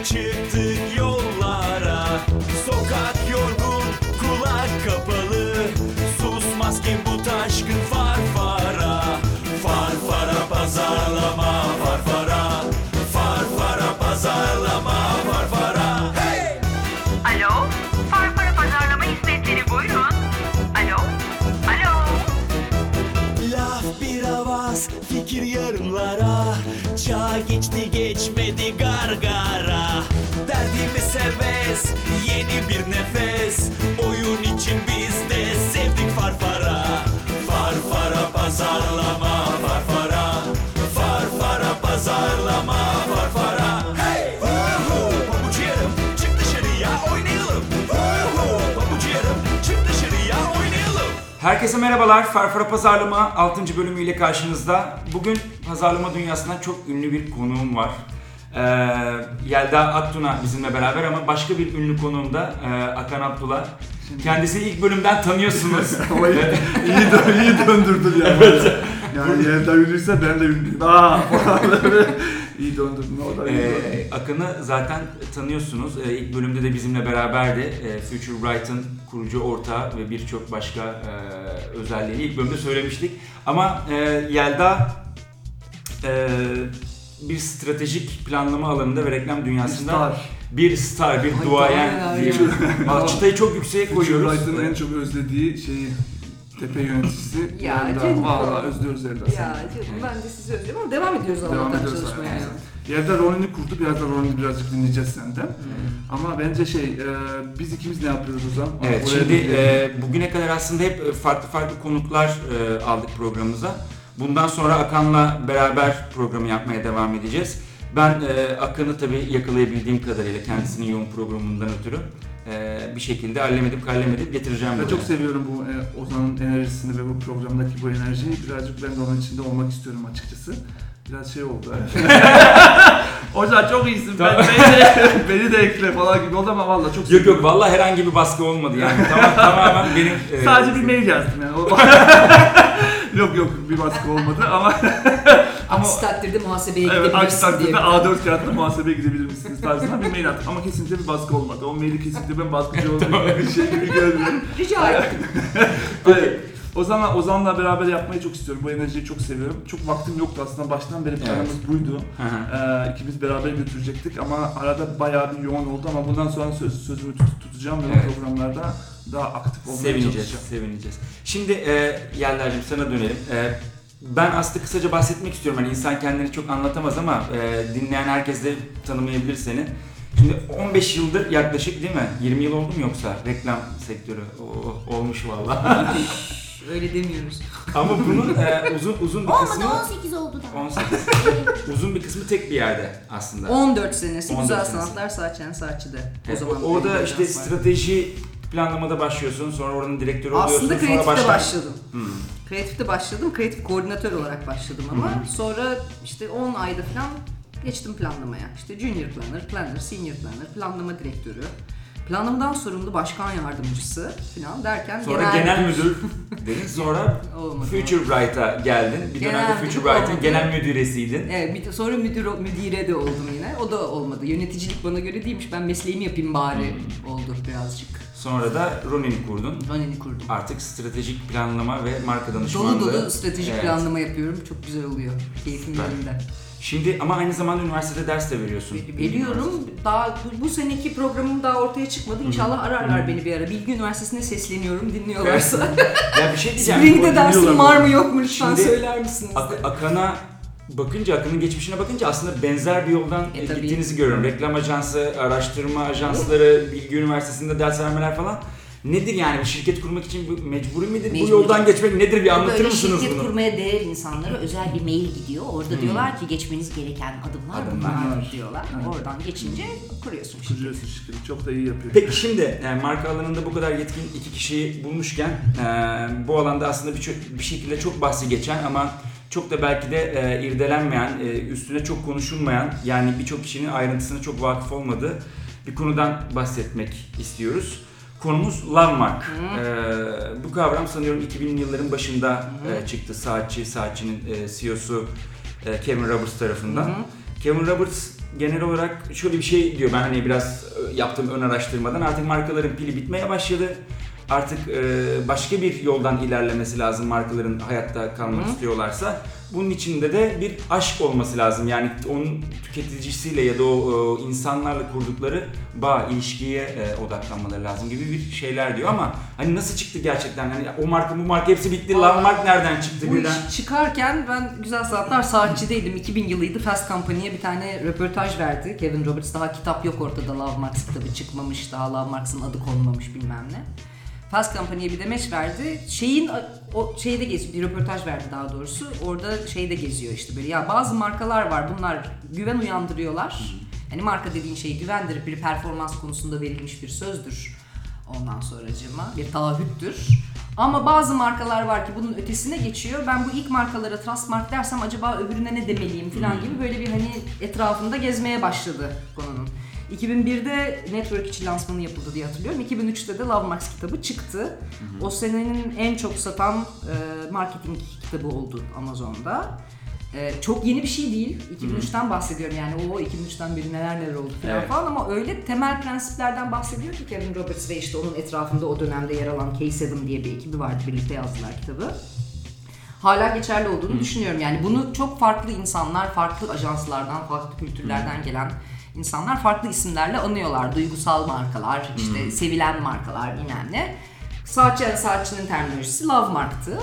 çıktık yollara. Sokak yorgun, kulak kapalı. Susmaz ki bu taşkın farfara. Farfara pazarlama farfara. Farfara pazarlama farfara. Hey! Alo, Farfara Pazarlama Hizmetleri buyurun. Alo, alo. Laf bir avaz, fikir yarımlara. Çağ geçti geçmedi gargara. Derdimiz serbest, yeni bir nefes. Oyun için biz de sevdik farfara. Farfara pazarlama farfara. Farfara pazarlama farfara. Hey! Pabucu yarım, çık dışarıya oynayalım. Pabucu yarım, çık dışarıya oynayalım. Herkese merhabalar. Farfara Pazarlama 6. bölümüyle karşınızda. Bugün pazarlama dünyasından çok ünlü bir konuğum var. Yelda Aktuna bizimle beraber ama başka bir ünlü konuğum da Akan Abdullah. Kendisini ilk bölümden tanıyorsunuz. iyi döndürdün yani. Evet. Yani Yelda ünlüyse ben de ünlüyüm. İyi döndürdün. O da iyi. Akan'ı zaten tanıyorsunuz. İlk bölümde de bizimle beraberdi. Future Bright'ın kurucu ortağı ve birçok başka özelliğini ilk bölümde söylemiştik. Ama Yelda bir stratejik planlama alanında ve reklam dünyasında bir star, bir duayen diyebilirim. Çıtayı çok yükseğe koyuyoruz. Future Bright'ın en çok özlediği şeyi tepe yöneticisi. Ya Yelda. canım. Vallahi özlüyoruz Yelda. Ya canım ben de sizi özlüyorum ama devam ediyoruz Allah'tan çalışmaya. Yani. Yelda rolünü kurdu. Rolünü birazcık dinleyeceğiz senden. Ama bence biz ikimiz ne yapıyoruz o zaman? Evet, şimdi bugüne kadar aslında hep farklı konuklar aldık programımıza. Bundan sonra Akan'la beraber programı yapmaya devam edeceğiz. Ben Akan'ı tabii yakalayabildiğim kadarıyla kendisinin yoğun programından ötürü bir şekilde hallemedip getireceğim Ben buraya. çok seviyorum bu Ozan'ın enerjisini ve bu programdaki bu enerjiyi. Birazcık ben de onun içinde olmak istiyorum açıkçası. Biraz oldu. Ozan çok iyisin. Beni de ekle falan gibi oldu ama vallahi çok seviyorum. Yok vallahi herhangi bir baskı olmadı yani. Tamamen benim... Sadece bir mail yazdım yani. Yok bir baskı olmadı ama Aksi takdirde muhasebeye evet, gidebilirsin aksi takdirde diye. A4 kağıtla muhasebeye gidebilir misiniz tarzında bir mail attım ama kesinlikle bir baskı olmadı. O maili kesinlikle ben baskıcı olduğum bir şey gibi görmüyorum. Rica ederim. Evet. Ozan'la beraber yapmayı çok istiyorum. Bu enerjiyi çok seviyorum. Çok vaktim yoktu aslında. Baştan beri planımız buydu. İkimiz beraber götürecektik ama arada bayağı bir yoğun oldu ama bundan sonra sözümü tutacağım ve bu programlarda daha aktif olmaya çalışacağım. Sevineceğiz. Şimdi Yelda'cığım sana dönelim. Ben aslında kısaca bahsetmek istiyorum. Hani insan kendini çok anlatamaz ama dinleyen herkes de tanımayabilir seni. Şimdi 15 yıldır yaklaşık değil mi? 20 yıl oldu mu yoksa reklam sektörü? Olmuş vallahi. Öyle demiyoruz. Ama bunun uzun bir kısmı... Olmadı 18 oldu da. 18. Uzun bir kısmı tek bir yerde aslında. 14 senesi 14 Güzel senesi. Sanatlar Saatçı'da. Evet, orada işte strateji planlamada başlıyorsun, sonra oranın direktörü oluyorsun, aslında sonra kreatifte başladım. Hmm. Kreatifte başladım, kreatif koordinatör olarak başladım ama sonra işte 10 ayda falan geçtim planlamaya. İşte junior planner, senior planner, planlama direktörü, planlamadan sorumlu başkan yardımcısı falan derken sonra genel müdür dedin, sonra Olmadı. Future Bright'a geldin. Bir Genel dönemde müdür Future Bright'ın olmadı. genel müdüresiydin. Evet, sonra müdire de oldum yine. O da olmadı. Yöneticilik bana göre değilmiş. Ben mesleğimi yapayım bari oldu birazcık. Sonra da Ronin'i kurdun. Ronin'i kurdum. Artık stratejik planlama ve marka danışmanlığı. Dolu stratejik planlama yapıyorum. Çok güzel oluyor. Keyfim yerinde. Şimdi ama aynı zamanda üniversitede ders de veriyorsun. Veriyorum. Daha bu seneki programım daha ortaya çıkmadı. İnşallah ararlar beni bir ara. Bilgi Üniversitesi'ne sesleniyorum dinliyorlarsa. Ya bir şey diyeceğim. Spring'de dersim var mı yok mu lütfen Şimdi söyler misiniz? Akan'a bakınca, Akan'ın geçmişine bakınca aslında benzer bir yoldan Tabii. gittiğinizi görüyorum. Reklam ajansı, araştırma ajansları, Bilgi Üniversitesi'nde ders vermeler falan. Nedir yani bir şirket kurmak için mecburi midir? Mecburi. Bu yoldan geçmek nedir? Bir anlatır Böyle mısınız şirket bunu? kurmaya değer insanlara özel bir mail gidiyor. Orada diyorlar ki geçmeniz gereken adımlar bunlar diyorlar. Oradan geçince kuruyorsun şirketi. Kuruyorsun şirketi. Çok da iyi yapıyor. Peki şimdi marka alanında bu kadar yetkin iki kişiyi bulmuşken bu alanda aslında bir şekilde çok bahsi geçen ama çok da belki de irdelenmeyen, üstüne çok konuşulmayan, yani birçok kişinin ayrıntısına çok vakıf olmadığı bir konudan bahsetmek istiyoruz. Konumuz Lovemark. Bu kavram sanıyorum 2000'li yılların başında çıktı. Saatçi'nin CEO'su Kevin Roberts tarafından. Kevin Roberts genel olarak şöyle bir şey diyor, ben hani biraz yaptığım ön araştırmadan artık markaların pili bitmeye başladı. Artık başka bir yoldan ilerlemesi lazım markaların hayatta kalmak istiyorlarsa. Bunun içinde de bir aşk olması lazım. Yani onun tüketicisiyle ya da o insanlarla kurdukları bağ, ilişkiye odaklanmaları lazım gibi bir şeyler diyor ama hani nasıl çıktı gerçekten? Hani o marka bu marka hepsi bitti. Love Mark nereden çıktı Bu birden? iş çıkarken ben Güzel Saatler saatçideydim. 2000 yılıydı. Fast Company'ye bir tane röportaj verdi. Kevin Roberts, daha kitap yok ortada. Love Marks kitabı çıkmamış. Daha Love Marks'ın adı konmamış bilmem ne. Fast Company'ye bir demeç verdi. O şeyde geziyor, bir röportaj verdi daha doğrusu. Orada şeyde geziyor işte böyle. Ya bazı markalar var, bunlar güven uyandırıyorlar. Hani marka dediğin şey güvendir, bir performans konusunda verilmiş bir sözdür. Ondan sonracığıma bir taahhüttür. Ama bazı markalar var ki bunun ötesine geçiyor. Ben bu ilk markalara trust mark dersem acaba öbürüne ne demeliyim falan gibi böyle bir hani etrafında gezmeye başladı konunun. 2001'de Network içi lansmanı yapıldı diye hatırlıyorum. 2003'te de Love Marks kitabı çıktı. O senenin en çok satan marketing kitabı oldu Amazon'da. Çok yeni bir şey değil. 2003'ten bahsediyorum yani. O 2003'ten beri neler oldu falan ama öyle temel prensiplerden bahsediyor ki Kevin Roberts ve işte onun etrafında o dönemde yer alan K7 diye bir ekibi vardı. Birlikte yazdılar kitabı. Hala geçerli olduğunu düşünüyorum. Yani bunu çok farklı insanlar, farklı ajanslardan, farklı kültürlerden gelen insanlar farklı isimlerle anıyorlar. Duygusal markalar, işte sevilen markalar bilmem ne. Saatçinin terminolojisi Love Mark'tı.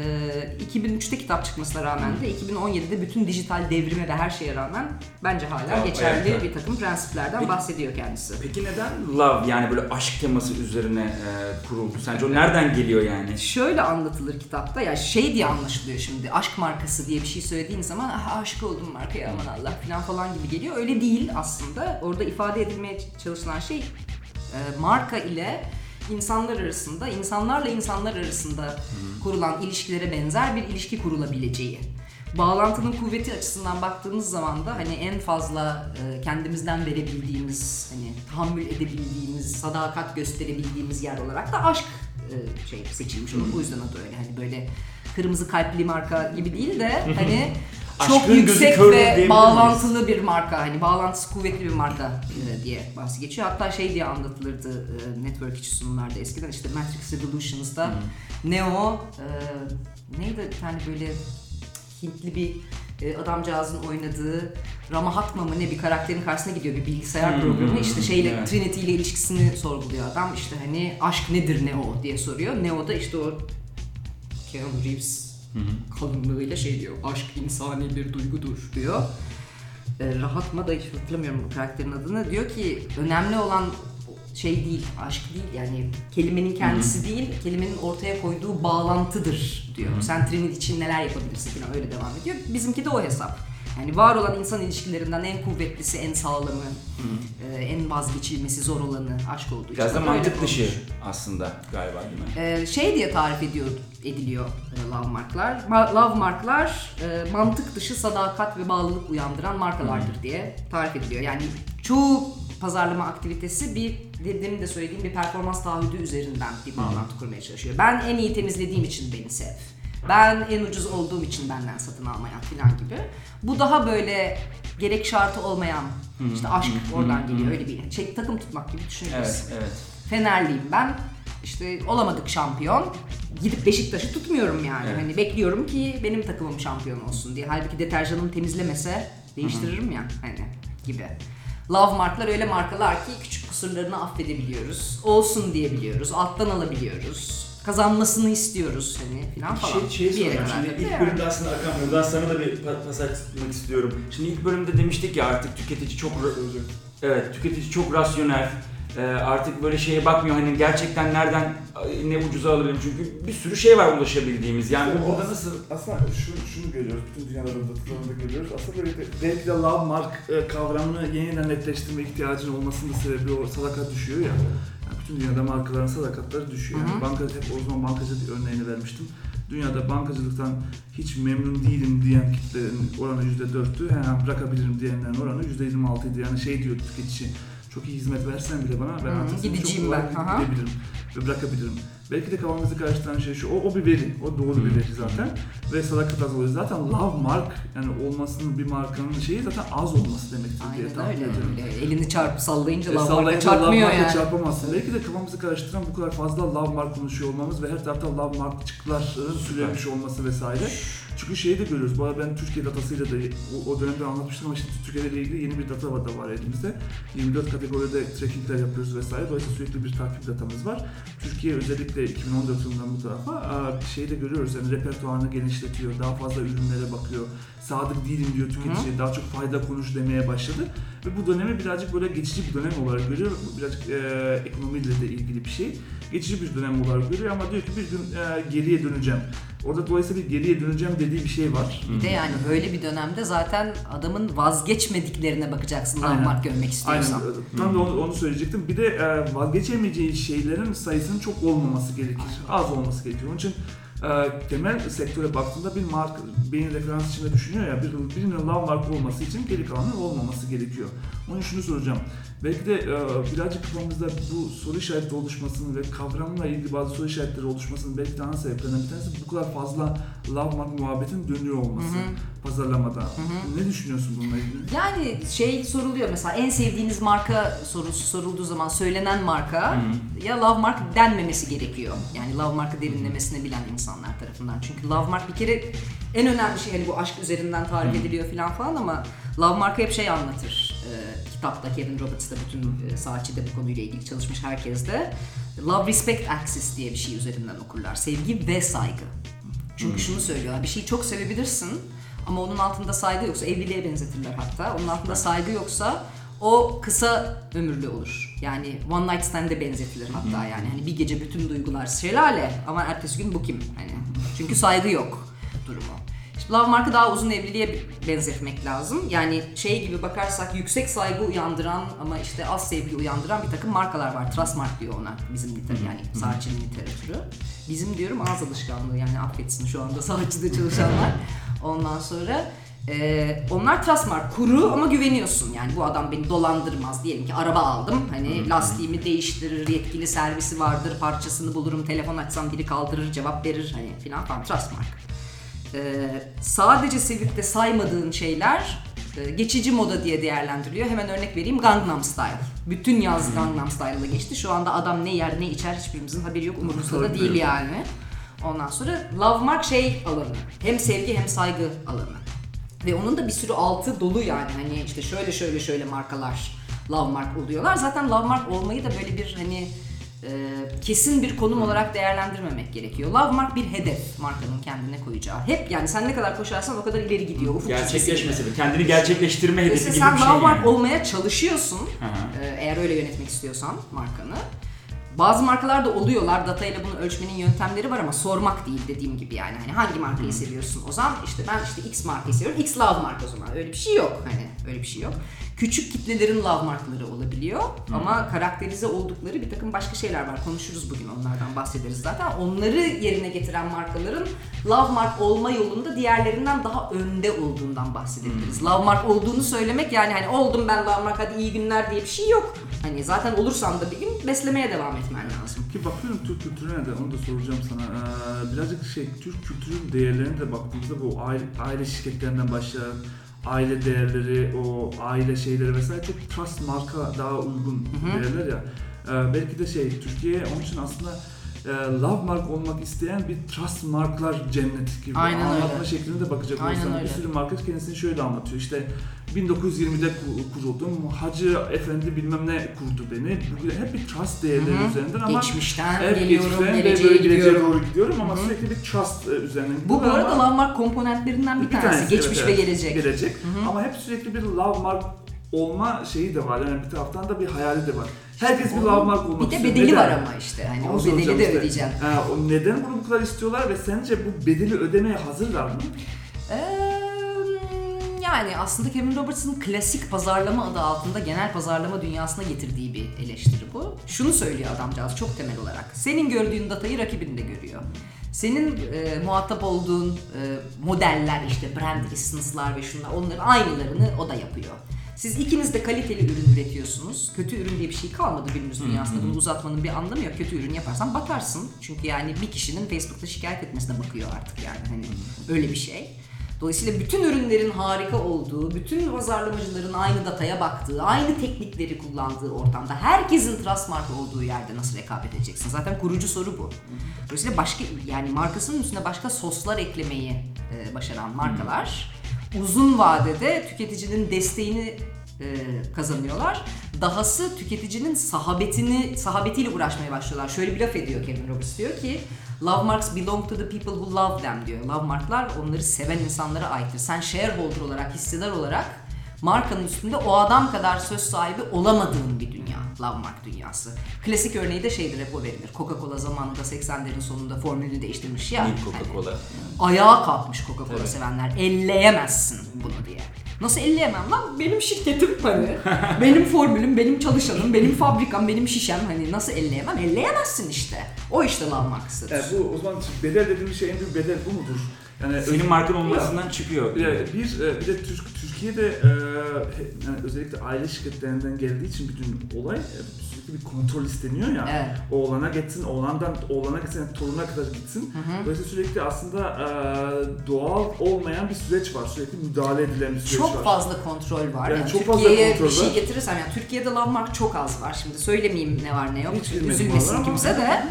2003'te kitap çıkmasına rağmen de 2017'de bütün dijital devrime ve her şeye rağmen bence hala geçerli bir takım prensiplerden bahsediyor kendisi. Peki neden love, yani böyle aşk teması üzerine kuruldu? Sence o nereden geliyor yani? Şöyle anlatılır kitapta, ya şey diye anlaşılıyor şimdi, aşk markası diye bir şey söylediğin zaman aşık oldum markaya aman Allah falan gibi geliyor. Öyle değil aslında. Orada ifade edilmeye çalışılan şey marka ile insanlar arasında, insanlarla insanlar arasında kurulan ilişkilere benzer bir ilişki kurulabileceği. Bağlantının kuvveti açısından baktığımız zaman da hani en fazla kendimizden verebildiğimiz, hani tahammül edebildiğimiz, sadakat gösterebildiğimiz yer olarak da aşk seçilmiş olur. Bu yüzden adı öyle. Hani böyle kırmızı kalpli marka gibi değil de hani çok Aşkın yüksek gözü ve kör bağlantılı bir marka, hani bağlantısı kuvvetli bir marka diye bahsi geçiyor. Hatta şey diye anlatılırdı network içi sunumlarda eskiden, işte Matrix Revolutions'da Neo neydi bir tane böyle Hintli bir adamcağızın oynadığı Ramahatma mı ne bir karakterin karşısına gidiyor, bir bilgisayar programı, işte şeyle Trinity ile ilişkisini sorguluyor adam, işte hani aşk nedir Neo diye soruyor. Neo da işte o Keanu Reeves kalınlığıyla şey diyor, aşk insani bir duygudur diyor. Rahatma da hiç hatırlamıyorum bu karakterin adını, diyor ki önemli olan şey değil, aşk değil yani kelimenin kendisi değil, kelimenin ortaya koyduğu bağlantıdır diyor. Sen Trinity için neler yapabilirsin falan, öyle devam ediyor. Bizimki de o hesap. Yani var olan insan ilişkilerinden en kuvvetlisi, en sağlamı, en vazgeçilmesi zor olanı aşk olduğu için. Biraz da mantık dışı aslında galiba, değil mi? Şey diye tarif ediliyor Love Mark'lar. Love Mark'lar mantık dışı sadakat ve bağlılık uyandıran markalardır diye tarif ediliyor. Yani çoğu pazarlama aktivitesi demin de söylediğim bir performans taahhüdü üzerinden bir bağlantı kurmaya çalışıyor. Ben en iyi temizlediğim için beni sev. Ben en ucuz olduğum için benden satın almayan falan gibi. Bu daha böyle gerek şartı olmayan, işte aşk oradan geliyor, öyle bir takım tutmak gibi düşünebilirsin. Evet. Fenerliyim ben. İşte olamadık şampiyon. Gidip Beşiktaş'ı tutmuyorum yani. Evet. Hani bekliyorum ki benim takımım şampiyon olsun diye. Halbuki deterjanım temizlemese değiştiririm ya hani gibi. Love Mark'lar öyle markalar ki küçük kusurlarını affedebiliyoruz. Olsun diyebiliyoruz. Alttan alabiliyoruz. Kazanmasını istiyoruz hani filan falan. Şey Bir yere soracağım. kadar. Şimdi ilk bölümde aslında Hakan, buradan sana da bir pasaj tutmak istiyorum. Şimdi ilk bölümde demiştik ya artık tüketici çok rasyonel. Artık böyle şeye bakmıyor, hani gerçekten nereden ne ucuza alırım, çünkü bir sürü şey var ulaşabildiğimiz. Yani İşte burada nasıl? Aslında şunu görüyoruz, bütün dünyanın anlatılarında görüyoruz. Aslında böyle belki de love mark kavramını yeniden netleştirme ihtiyacının olmasının sebebi o sadakat düşüyor ya. Yani bütün dünyada markaların sadakatleri düşüyor. Yani hep o zaman bankacılık örneğini vermiştim. Dünyada bankacılıktan hiç memnun değilim diyen kitlerin oranı %4'tü. Hemen bırakabilirim diyenlerin oranı %26'ydı. Yani şey diyor tüketici, çok iyi hizmet versen bile bana ben artık gideceğim çok ben. gidebilirim. ve bırakabilirim. Belki de kafamızı karıştıran şey şu, o bir veri, o doğru bir veri zaten ve sadakat az oluyor. Zaten love mark yani olmasının bir markanın şeyi zaten az olması demektir diye Aynen tahmin öyle. ediyorum. Elini çarpıp sallayınca love Sallayınca mark'a çarpmıyor love mark'a yani. çarpamazsın. Belki de kafamızı karıştıran bu kadar fazla love mark konuşuyor olmamız ve her tarafta love markçıkların türemiş olması vesaire. Çünkü şeyi de görüyoruz. Bu arada ben Türkiye datasıyla da o dönemde anlatmıştım ama şimdi Türkiye ile ilgili yeni bir data da var elimizde. 24 kategoride trackingler yapıyoruz vesaire. Dolayısıyla sürekli bir takip datamız var. Türkiye özellikle 2014 yılından bu tarafa şeyi de görüyoruz. Yani repertuarını genişletiyor, daha fazla ürünlere bakıyor. Sadık değilim diyor tüketiciye, daha çok fayda konuş demeye başladı. Ve bu dönemi birazcık böyle geçici bir dönem olarak görüyor. Birazcık ekonomiyle de ilgili bir şey. Geçici bir dönem olarak görüyor ama diyor ki bir gün geriye döneceğim. Orada dolayısıyla bir geriye döneceğim dediği bir şey var. Bir de yani böyle bir dönemde zaten adamın vazgeçmediklerine bakacaksın love mark görmek istiyorsan. Aynen. Tam da onu söyleyecektim. Bir de vazgeçemeyeceği şeylerin sayısının çok olmaması gerekir. Az olması gerekiyor. Onun için temel sektöre baktığında bir marka beyin referans içinde düşünüyor ya birinin love marka olması için geri kalanın olmaması gerekiyor. Onun için şunu soracağım. Belki de birazcık kafamızda bu soru işareti oluşmasının ve kavramla ilgili bazı soru işaretleri oluşmasının belki de ana sebeplerinden bir tanesi bu kadar fazla love mark muhabbetin dönüyor olması pazarlamada. Ne düşünüyorsun bununla ilgili? Yani şey soruluyor mesela en sevdiğiniz marka sorusu sorulduğu zaman söylenen marka ya love mark denmemesi gerekiyor. Yani love mark'ı derinlemesine bilen insanlar tarafından. Çünkü love mark bir kere en önemli şey hani bu aşk üzerinden tarif ediliyor falan ama love mark'ı hep şey anlatır. Kitapta Kevin Roberts da bütün Saatçi'de bu konuyla ilgili çalışmış herkes de love respect axis diye bir şey üzerinden okurlar. Sevgi ve saygı. Çünkü şunu söylüyorlar. Bir şeyi çok sevebilirsin ama onun altında saygı yoksa evliliğe benzetirler hatta. Onun altında saygı yoksa o kısa ömürlü olur. Yani one night stand'e benzetilir hatta yani. Hani bir gece bütün duygular şelale ama ertesi gün bu kim? Hani çünkü saygı yok durumu. Love mark'ı daha uzun evliliğe benzetmek lazım. Yani şey gibi bakarsak yüksek saygı uyandıran ama işte az sevgi uyandıran bir takım markalar var. Trustmark diyor ona bizim yani Saatçi'nin literatürü. Bizim diyorum ağız alışkanlığı yani affetsin şu anda Saatçi'de çalışanlar. Ondan sonra onlar Trustmark kuru ama güveniyorsun. Yani bu adam beni dolandırmaz. Diyelim ki araba aldım. Hani lastiğimi değiştirir, yetkili servisi vardır, parçasını bulurum, telefon açsam biri kaldırır, cevap verir hani filan falan Trustmark. Sadece sevip de saymadığın şeyler geçici moda diye değerlendiriliyor. Hemen örnek vereyim Gangnam Style. Bütün yaz Gangnam Style'la geçti. Şu anda adam ne yer ne içer hiçbirimizin haberi yok. Umurumuzda da değil yani. Ondan sonra love mark şey alanı. Hem sevgi hem saygı alanı. Ve onun da bir sürü altı dolu yani. Hani işte şöyle markalar love mark oluyorlar. Zaten love mark olmayı da böyle bir hani kesin bir konum olarak değerlendirmemek gerekiyor. Love mark bir hedef markanın kendine koyacağı. Hep yani sen ne kadar koşarsan o kadar ileri gidiyor. Ufuk Gerçekleşmesi, kendini gerçekleştirme hedefi gibi bir şey sen love mark yani. olmaya çalışıyorsun. Eğer öyle yönetmek istiyorsan markanı. Bazı markalarda oluyorlar. Data ile bunu ölçmenin yöntemleri var ama sormak değil dediğim gibi yani. Hani hangi markayı seviyorsun? O zaman işte ben işte X markayı seviyorum. X love mark o zaman. Öyle bir şey yok. Hani öyle bir şey yok. Küçük kitlelerin love markları olabiliyor ama karakterize oldukları bir takım başka şeyler var. Konuşuruz bugün onlardan bahsederiz zaten. Onları yerine getiren markaların love mark olma yolunda diğerlerinden daha önde olduğundan bahsedebiliriz. Love mark olduğunu söylemek yani hani oldum ben love mark hadi iyi günler diye bir şey yok. Hani zaten olursan da bir gün beslemeye devam etmen lazım. Ki bakıyorum Türk kültürüne de onu da soracağım sana. Birazcık Türk kültürünün değerlerine de baktığımızda bu aile şirketlerinden başlayan aile değerleri, o aile şeyleri vesaire çok trust marka daha uygun değerler ya. Belki de Türkiye onun için aslında love mark olmak isteyen bir trust marklar cenneti gibi anlatma şekline de bakacak olursan bir sürü marka kendisini şöyle anlatıyor. İşte 1920'de kuruldum, Hacı Efendi bilmem ne kurdu beni. Bugün hep bir trust değerleri üzerinden ama geçmişten geliyorum, geleceğe doğru gidiyorum ama sürekli bir trust üzerinden. Bu arada love mark komponentlerinden bir tanesi. Geçmiş ve gelecek. Ama hep sürekli bir love mark olma şeyi de var. Yani bir taraftan da bir hayali de var. Herkes bir love mark olmak istiyor. Bir de bedeli var ama işte. Hani o bedeli de ödeyeceğim. Neden bunu bu kadar istiyorlar ve sence bu bedeli ödemeye hazırlar mı? Yani aslında Kevin Roberts'ın klasik pazarlama adı altında genel pazarlama dünyasına getirdiği bir eleştiri bu. Şunu söylüyor adamcağız çok temel olarak. Senin gördüğün datayı rakibin de görüyor. Senin muhatap olduğun modeller işte brand essence'lar ve şunlar onların aynılarını o da yapıyor. Siz ikiniz de kaliteli ürün üretiyorsunuz. Kötü ürün diye bir şey kalmadı günümüz dünyasında. Bunu uzatmanın bir anlamı yok. Kötü ürün yaparsan batarsın. Çünkü yani bir kişinin Facebook'ta şikayet etmesine bakıyor artık yani. Hani öyle bir şey. Dolayısıyla bütün ürünlerin harika olduğu, bütün pazarlamacıların aynı dataya baktığı, aynı teknikleri kullandığı ortamda, herkesin Trustmark olduğu yerde nasıl rekabet edeceksin? Zaten kurucu soru bu. Dolayısıyla başka, yani markasının üstüne başka soslar eklemeyi başaran markalar uzun vadede tüketicinin desteğini kazanıyorlar. Dahası tüketicinin sahabetiyle uğraşmaya başlıyorlar. Şöyle bir laf ediyor Kevin Roberts, diyor ki Love marks belong to the people who love them diyor. Love marklar onları seven insanlara aittir. Sen shareholder olarak, hissedar olarak markanın üstünde o adam kadar söz sahibi olamadığın bir dünya. Love mark dünyası. Klasik örneği de şeydir, hep o verilir. Coca-Cola zamanında 80'lerin sonunda formülünü değiştirmiş ya. İlk Coca-Cola. Ayağa kalkmış Coca-Cola Evet. sevenler. Elleyemezsin bunu diye. Nasıl elleyemem lan? Benim şirketim hani. Benim formülüm, benim çalışanım, benim fabrikam, benim şişem. Hani nasıl elleyemem? Elleyemezsin işte. O işte love mark statüsü. Yani bu o zaman bedel dediğimiz şey en büyük bedel bu mudur? Yani Senin markan olmasından çıkıyor. bir de Türkiye'de yani özellikle aile şirketlerinden geldiği için bütün olay sürekli bir kontrol isteniyor ya. Evet. Oğlana gitsin, oğlana gitsin, yani toruna kadar gitsin. Dolayısıyla sürekli aslında doğal olmayan bir süreç var. Sürekli müdahale edilen bir süreç var. Çok fazla kontrol var. Yani Yani çok fazla Türkiye'ye kontrol bir şey var. getirirsem, yani Türkiye'de love mark çok az var. Şimdi söylemeyeyim ne var ne yok. Hiç bilmedim Üzülmesin vallahi kimse ama. de.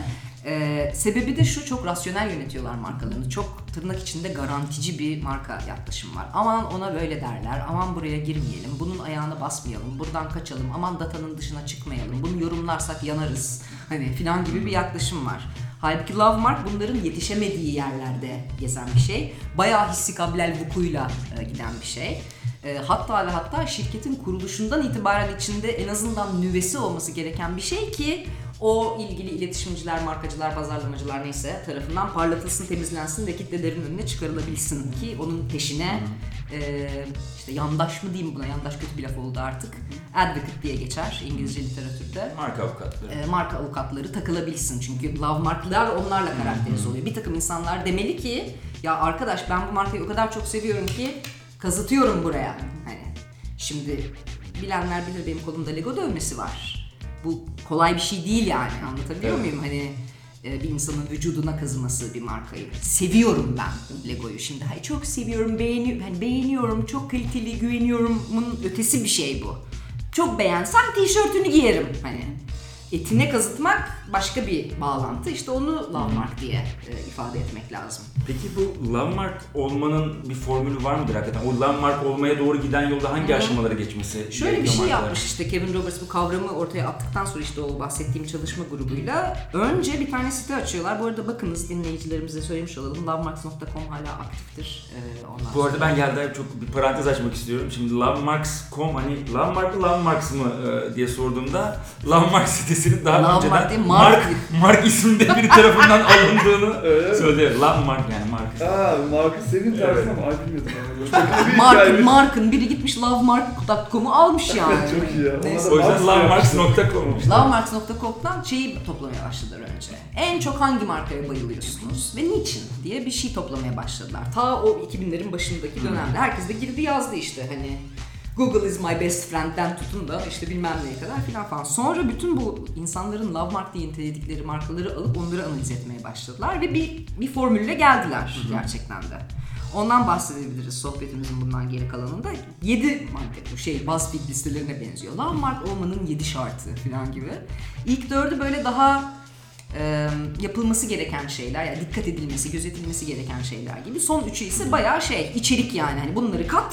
Sebebi de şu, çok rasyonel yönetiyorlar markalarını. Çok tırnak içinde garantici bir marka yaklaşım var. Aman ona böyle derler, aman buraya girmeyelim, bunun ayağına basmayalım, buradan kaçalım, aman datanın dışına çıkmayalım, bunu yorumlarsak yanarız hani filan gibi bir yaklaşım var. Halbuki love mark bunların yetişemediği yerlerde gezen bir şey. Bayağı hissi kabilel vukuyla giden bir şey. Hatta ve hatta şirketin kuruluşundan itibaren içinde en azından nüvesi olması gereken bir şey ki o ilgili iletişimciler, markacılar, pazarlamacılar neyse tarafından parlatılsın, temizlensin ve kitlelerin önüne çıkarılabilsin ki onun peşine işte yandaş mı diyeyim buna, yandaş kötü bir laf oldu artık. Advocate diye geçer İngilizce literatürde. Marka avukatları. Marka avukatları takılabilsin. Çünkü love marklar onlarla karakterize oluyor. Bir takım insanlar demeli ki ya arkadaş ben bu markayı o kadar çok seviyorum ki kazıtıyorum buraya. Hani şimdi bilenler bilir, benim kolumda Lego dövmesi var. Bu kolay bir şey değil yani, anlatabiliyor muyum? Hani bir insanın vücuduna kazıması bir markayı. Seviyorum ben Lego'yu. Şimdi çok seviyorum, beğeniyorum, çok kaliteli, güveniyorumun ötesi bir şey bu. Çok beğensem tişörtünü giyerim hani. Etine kazıtmak başka bir bağlantı. İşte onu love mark diye ifade etmek lazım. Peki bu love mark olmanın bir formülü var mıdır hakikaten? O love mark olmaya doğru giden yolda hangi aşamalara geçmesi Şöyle bir gerekiyor şey markaların? yapmış işte Kevin Roberts, bu kavramı ortaya attıktan sonra işte o bahsettiğim çalışma grubuyla önce bir tane site açıyorlar. Bu arada bakınız, dinleyicilerimize söylemiş olalım. Lovemarks.com hala aktiftir. Bu arada ben geldi çok bir parantez açmak istiyorum. Şimdi lovemarks.com hani love mark mı love marks mı diye sorduğumda love marks sitesinin daha Love önceden mark değil, Mark. Mark isminde biri tarafından alındığını söylüyor. Love mark yani marka. Mark'ı senin tarzına mı? Ay bilmiyordum ben. Mark'ın biri gitmiş lovemark.com'u almış yani. Çok iyi ya. Neyse. O yüzden lovemarks.com. Lovemarks.com'dan şeyi toplamaya başladılar önce. En çok hangi markaya bayılıyorsunuz ve niçin diye bir şey toplamaya başladılar. Ta o 2000'lerin başındaki dönemde herkes de girdi yazdı işte hani Google is my best friend'den tutun da işte bilmem neye kadar filan falan. Sonra bütün bu insanların love mark diye niteledikleri markaları alıp onları analiz etmeye başladılar ve bir formülle geldiler gerçekten de. Ondan bahsedebiliriz sohbetimizin bundan geri kalanında. 7 madde bu şey BuzzFeed listelerine benziyor. Love mark olmanın 7 şartı falan gibi. İlk 4'ü böyle daha yapılması gereken şeyler, yani dikkat edilmesi, gözetilmesi gereken şeyler gibi. Son 3'ü ise bayağı içerik yani. Hani bunları kat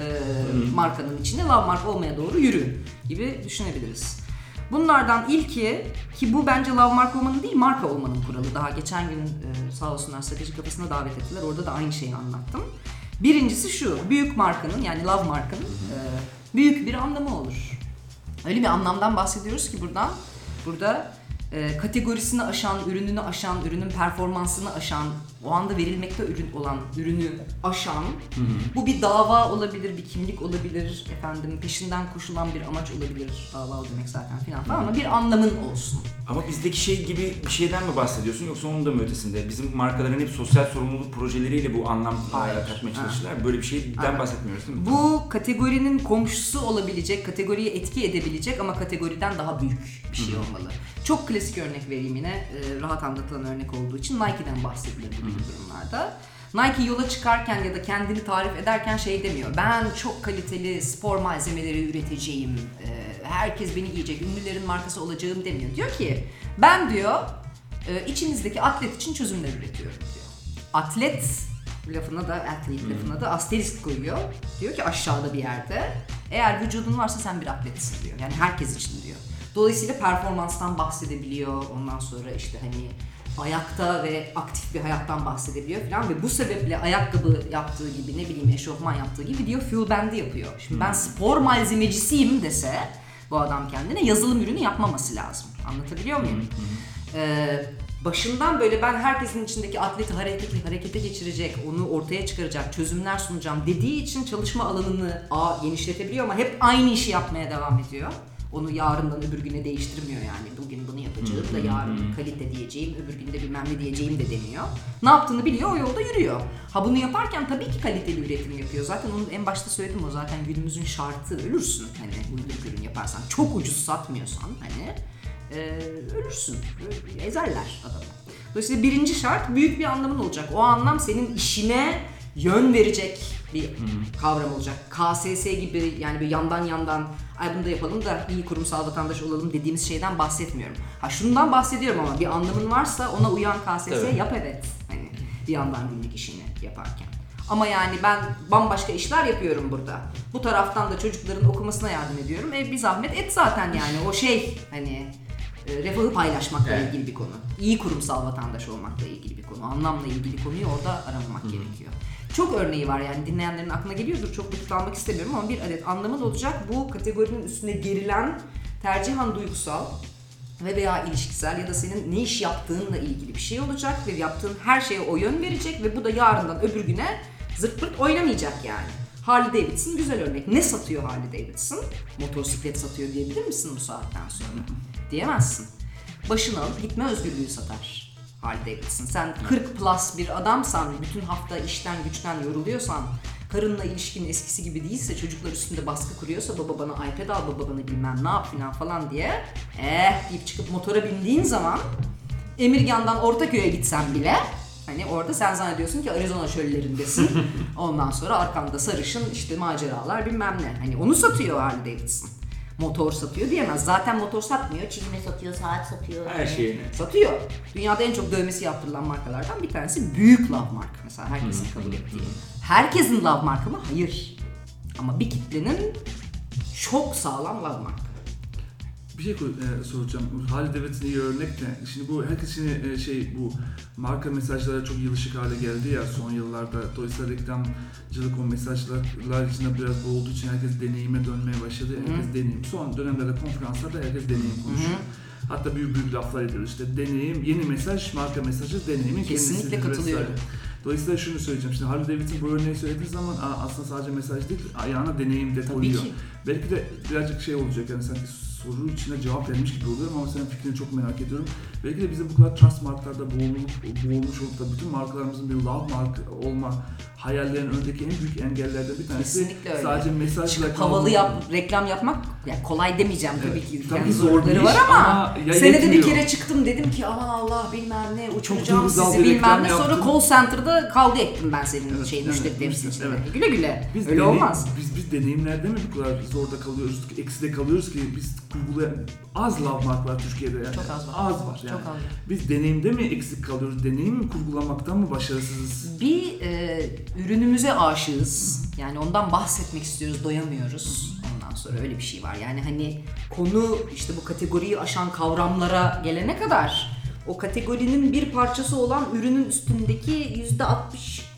markanın içine, love mark olmaya doğru yürü gibi düşünebiliriz. Bunlardan ilki, ki bu bence love mark olmanın değil marka olmanın kuralı. Daha geçen gün sağ olsunlar Strateji Kafası'na davet ettiler. Orada da aynı şeyi anlattım. Birincisi şu, büyük markanın yani love markanın büyük bir anlamı olur. Öyle bir anlamdan bahsediyoruz ki burada kategorisini aşan, ürününü aşan, ürünün performansını aşan, o anda verilmekte olan ürünü aşan, bu bir dava olabilir, bir kimlik olabilir, efendim peşinden koşulan bir amaç olabilir, dava demek zaten falan ama bir anlamın olsun. Ama bizdeki şey gibi bir şeyden mi bahsediyorsun yoksa onun da mı ötesinde? Bizim markaların hep sosyal sorumluluk projeleriyle bu anlam katmaya çalışırlar. Böyle bir şeyden bahsetmiyoruz değil mi? Bu kategorinin komşusu olabilecek, kategoriye etki edebilecek ama kategoriden daha büyük bir şey olmalı. Çok klasik örnek vereyim yine, rahat anlatılan örnek olduğu için Nike'den bahsedilir bu gibi durumlarda. Nike yola çıkarken ya da kendini tarif ederken şey demiyor. Ben çok kaliteli spor malzemeleri üreteceğim, herkes beni giyecek, ünlülerin markası olacağım demiyor. Diyor ki ben diyor içinizdeki atlet için çözümler üretiyorum diyor. Atlet lafına da asterisk koyuyor. Diyor ki aşağıda bir yerde eğer vücudun varsa sen bir atletsin diyor. Yani herkes için diyor. Dolayısıyla performanstan bahsedebiliyor. Ondan sonra işte hani ayakta ve aktif bir hayattan bahsedebiliyor falan ve bu sebeple ayakkabı yaptığı gibi ne bileyim eşofman yaptığı gibi diyor fuel band'i yapıyor. Şimdi ben spor malzemecisiyim dese bu adam kendine yazılım ürünü yapmaması lazım. Anlatabiliyor muyum? Başından böyle ben herkesin içindeki atleti harekete geçirecek, onu ortaya çıkaracak, çözümler sunacağım dediği için çalışma alanını genişletebiliyor ama hep aynı işi yapmaya devam ediyor. Onu yarından öbür güne değiştirmiyor yani. Bugün bunu yapacağım da yarın kalite diyeceğim, öbür gün de bilmem ne diyeceğim de demiyor. Ne yaptığını biliyor, o yolda yürüyor. Ha bunu yaparken tabii ki kaliteli üretim yapıyor. Zaten onu en başta söyledim, o zaten günümüzün şartı. Ölürsün hani uyduruk ürün yaparsan. Çok ucuz satmıyorsan hani ölürsün. Ezerler adamı. Dolayısıyla birinci şart büyük bir anlamın olacak. O anlam senin işine yön verecek bir kavram olacak. KSS gibi yani bir yandan ay bunu da yapalım da iyi kurumsal vatandaş olalım dediğimiz şeyden bahsetmiyorum. Ha şundan bahsediyorum ama bir anlamın varsa ona uyan KSS yap evet. Hani bir yandan günlük işini yaparken. Ama yani ben bambaşka işler yapıyorum burada. Bu taraftan da çocukların okumasına yardım ediyorum. Bir zahmet et zaten yani o şey hani refahı paylaşmakla ilgili bir konu. İyi kurumsal vatandaş olmakla ilgili bir konu. Anlamla ilgili konuyu orada aramamak gerekiyor. Çok örneği var yani dinleyenlerin aklına geliyordur. Çok vakit almak istemiyorum ama bir adet anlamın olacak. Bu kategorinin üstüne gerilen tercihen duygusal veya ilişkisel ya da senin ne iş yaptığınla ilgili bir şey olacak ve yaptığın her şeye o yön verecek ve bu da yarından öbür güne zırt pırt oynamayacak yani. Harley Davidson güzel örnek. Ne satıyor Harley Davidson? Motosiklet satıyor diyebilir misin bu saatten sonra? Diyemezsin. Başını alıp gitme özgürlüğü satar Harley Davidson. Sen 40 plus bir adamsan, bütün hafta işten güçten yoruluyorsan, karınla ilişkin eskisi gibi değilse, çocuklar üstünde baskı kuruyorsa, baba bana iPad al, baba bana bilmem ne yap falan diye deyip çıkıp motora bindiğin zaman Emirgan'dan Ortaköy'e gitsen bile hani orada sen zannediyorsun ki Arizona çöllerindesin. Ondan sonra arkanda sarışın işte maceralar bilmem ne. Hani onu satıyor Harley Davidson. Motor satıyor diyemez. Zaten motor satmıyor. Çizme satıyor, saat satıyor. Her şeyini. Satıyor. Dünyada en çok dövmesi yaptırılan markalardan bir tanesi büyük Love Mark. Mesela herkesin kabul ettiği. Herkesin Love Mark'ı mı? Hayır. Ama bir kitlenin çok sağlam Love Mark. Bir şey soracağım. Harley Davidson iyi örnek de. Şimdi bu herkes şimdi bu marka mesajları çok yılışık hale geldi ya son yıllarda. Dolayısıyla reklamcılık o mesajlar içinde biraz boğulduğu için herkes deneyime dönmeye başladı. Herkes deneyim. Son dönemlerde konferanslarda herkes deneyim konuşuyor. Hatta büyük laflar ediyoruz işte deneyim, yeni mesaj, marka mesajı, deneyimin kesinlikle kendisidir katılıyorum. vesaire. Dolayısıyla şunu söyleyeceğim. Şimdi Harley Davidson bu örneği söylediği zaman aslında sadece mesaj değil, ayağına deneyim de koyuyor. Belki de birazcık şey olacak yani sanki soru içine cevap vermiş gibi oluyorum ama senin fikrini çok merak ediyorum. Belki de bize bu kadar trust marklarda boğulmuş olup da bütün markalarımızın bir love mark olma hayallerinin önündeki en büyük engellerden bir tanesi sadece mesajla havalı reklam yapmak yani kolay demeyeceğim tabii ki. Tabii yani zorları var ama senede bir kere çık. çıktım dedim ki aman Allah bilmem ne uçuracağım duygusal sizi bir bilmem ne reklam sonra yaptın. call center'da kavga ettim ben senin müşteri temsilcinde. Güle güle. Öyle olmaz. Biz deneyimlerde mi bu kadar zorda kalıyoruz, ekside kalıyoruz ki biz az love mark var Türkiye'de yani. Çok az var. Az var yani. Çok az var. Biz deneyimde mi eksik kalıyoruz, deneyim mi kurgulamaktan mı başarısızız? Bir ürünümüze aşığız. Yani ondan bahsetmek istiyoruz, doyamıyoruz. Ondan sonra öyle bir şey var. Yani hani konu işte bu kategoriyi aşan kavramlara gelene kadar o kategorinin bir parçası olan ürünün üstündeki %62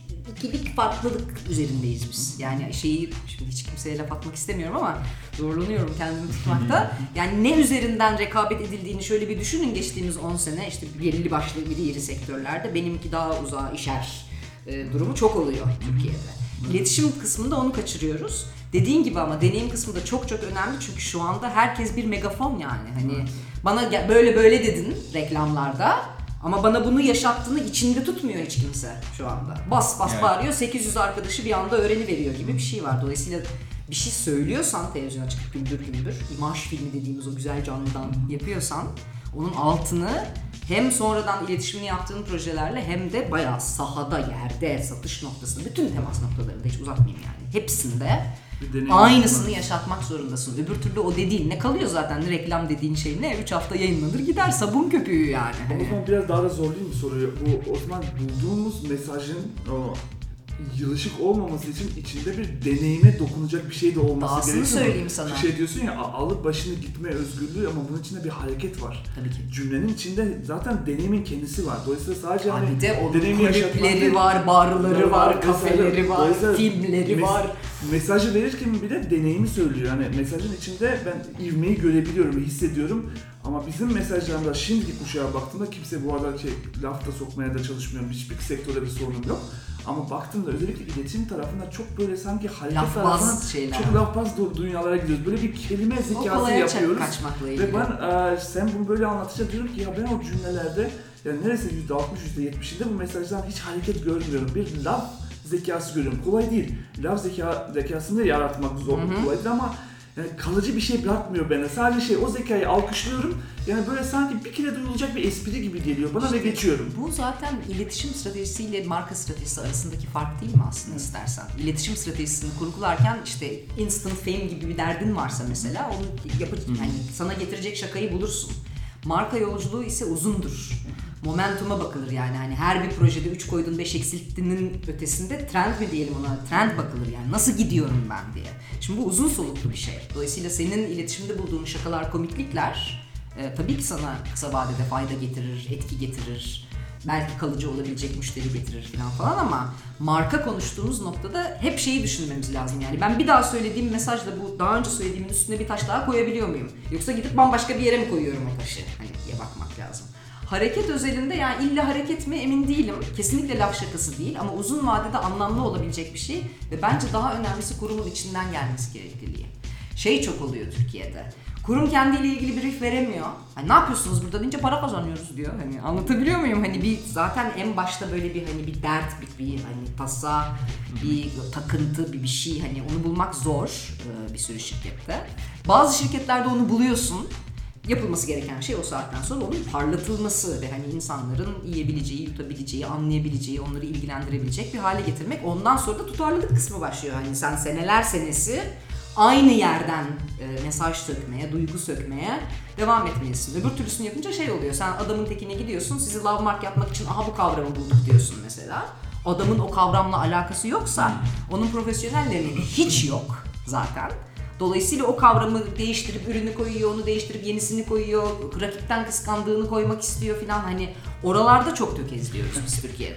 ikilik farklılık üzerindeyiz biz. Yani şimdi hiç kimseye laf atmak istemiyorum ama zorlanıyorum kendimi tutmakta. Yani ne üzerinden rekabet edildiğini şöyle bir düşünün geçtiğimiz 10 sene işte belirli başlı iri sektörlerde benimki daha uzağa işer durumu çok oluyor Türkiye'de. İletişim kısmında onu kaçırıyoruz. Dediğin gibi ama deneyim kısmı da çok çok önemli çünkü şu anda herkes bir megafon yani. Hani bana böyle dedin reklamlarda ama bana bunu yaşattığını içinde tutmuyor hiç kimse şu anda. Bas bağırıyor, 800 arkadaşı bir anda öğreniveriyor gibi bir şey var. Dolayısıyla bir şey söylüyorsan televizyona çıkıp gümbür imaj filmi dediğimiz o güzel canlıdan yapıyorsan onun altını hem sonradan iletişimini yaptığın projelerle hem de bayağı sahada, yerde, satış noktasında, bütün temas noktalarında hiç uzatmayayım yani. Hepsinde aynısını yaşatmak zorundasın. Öbür türlü o dediğin ne kalıyor zaten, reklam dediğin şey ne? 3 hafta yayınlanır gider, sabun köpüğü yani. O zaman biraz daha da zorlayayım bir soruyu. Bu o zaman bulduğumuz mesajın o yılışık olmaması için içinde bir deneyime dokunacak bir şey de olması Dahasını gerekiyor. söyleyeyim sana. Bir şey diyorsun ya, alıp başını gitme özgürlüğü ama bunun içinde bir hareket var. Tabii ki. Cümlenin içinde zaten deneyimin kendisi var. Dolayısıyla sadece Abi hani de onun deneyimi yaşatmak kulüpleri değil. var, barları var, kafeleri Dolayısıyla var, filmleri var. Mesajı verirken bile deneyimi söylüyor. Yani mesajın içinde ben ivmeyi görebiliyorum, hissediyorum. Ama bizim mesajlarımda şimdiki kuşağa baktığımda kimse bu arada laf da sokmaya da çalışmıyorum. Hiçbir sektörde bir sorunum yok. Ama baktığımda özellikle iletişim tarafında çok böyle sanki hareket Lafbaz tarafından şeyler. çok lafbaz dünyalara gidiyoruz. Böyle bir kelime zekası yapıyoruz. Kaçmakla ilgili. Ve ben sen bunu böyle anlatınca diyorum ki ya ben o cümlelerde yani neredeyse %60, %70'inde bu mesajdan hiç hareket görmüyorum. Bir laf zekası görüyorum. Kolay değil. Laf zekasını yaratmak zor, kolay değil ama yani kalıcı bir şey bırakmıyor bana. Sadece o zekayı alkışlıyorum. Yani böyle sanki bir kere duyulacak bir espri gibi geliyor bana ve geçiyorum. Bu zaten iletişim stratejisiyle marka stratejisi arasındaki fark değil mi aslında istersen? İletişim stratejisini kurgularken işte instant fame gibi bir derdin varsa mesela onu yani sana getirecek şakayı bulursun. Marka yolculuğu ise uzundur. Momentuma bakılır yani. Hani her bir projede 3 koydun 5 eksilttiğinin ötesinde trend mi diyelim ona? Trend bakılır yani. Nasıl gidiyorum ben diye. Şimdi bu uzun soluklu bir şey. Dolayısıyla senin iletişimde bulduğun şakalar, komiklikler tabii ki sana kısa vadede fayda getirir, etki getirir. Belki kalıcı olabilecek müşteri getirir falan ama marka konuştuğumuz noktada hep şeyi düşünmemiz lazım yani. Ben bir daha söylediğim mesajla bu daha önce söylediğimin üstüne bir taş daha koyabiliyor muyum? Yoksa gidip bambaşka bir yere mi koyuyorum o taşı? Hani diye bakmak lazım. Hareket özelinde yani illa hareket mi emin değilim. Kesinlikle laf şakası değil ama uzun vadede anlamlı olabilecek bir şey ve bence daha önemlisi kurumun içinden gelmesi gerekliliği. Şey çok oluyor Türkiye'de. Kurum kendiyle ilgili brief veremiyor. Hani ne yapıyorsunuz burada deyince para kazanıyoruz diyor. Hani anlatabiliyor muyum? Hani bir zaten en başta böyle bir hani bir dert, bir hani tasa, bir takıntı, bir şey hani onu bulmak zor bir sürü şirkette. Bazı şirketlerde onu buluyorsun. Yapılması gereken şey o saatten sonra onun parlatılması ve hani insanların yiyebileceği, yutabileceği, anlayabileceği, onları ilgilendirebilecek bir hale getirmek. Ondan sonra da tutarlılık kısmı başlıyor. Hani sen seneler senesi aynı yerden mesaj sökmeye, duygu sökmeye devam etmelisin. Öbür türlüsünü yapınca şey oluyor. Sen adamın tekine gidiyorsun, sizi love mark yapmak için aha bu kavramı bulduk diyorsun mesela. Adamın o kavramla alakası yoksa onun profesyonellerinin hiç yok zaten. Dolayısıyla o kavramı değiştirip ürünü koyuyor, onu değiştirip yenisini koyuyor, rakipten kıskandığını koymak istiyor filan. Hani oralarda çok tökezliyoruz biz Türkiye'de.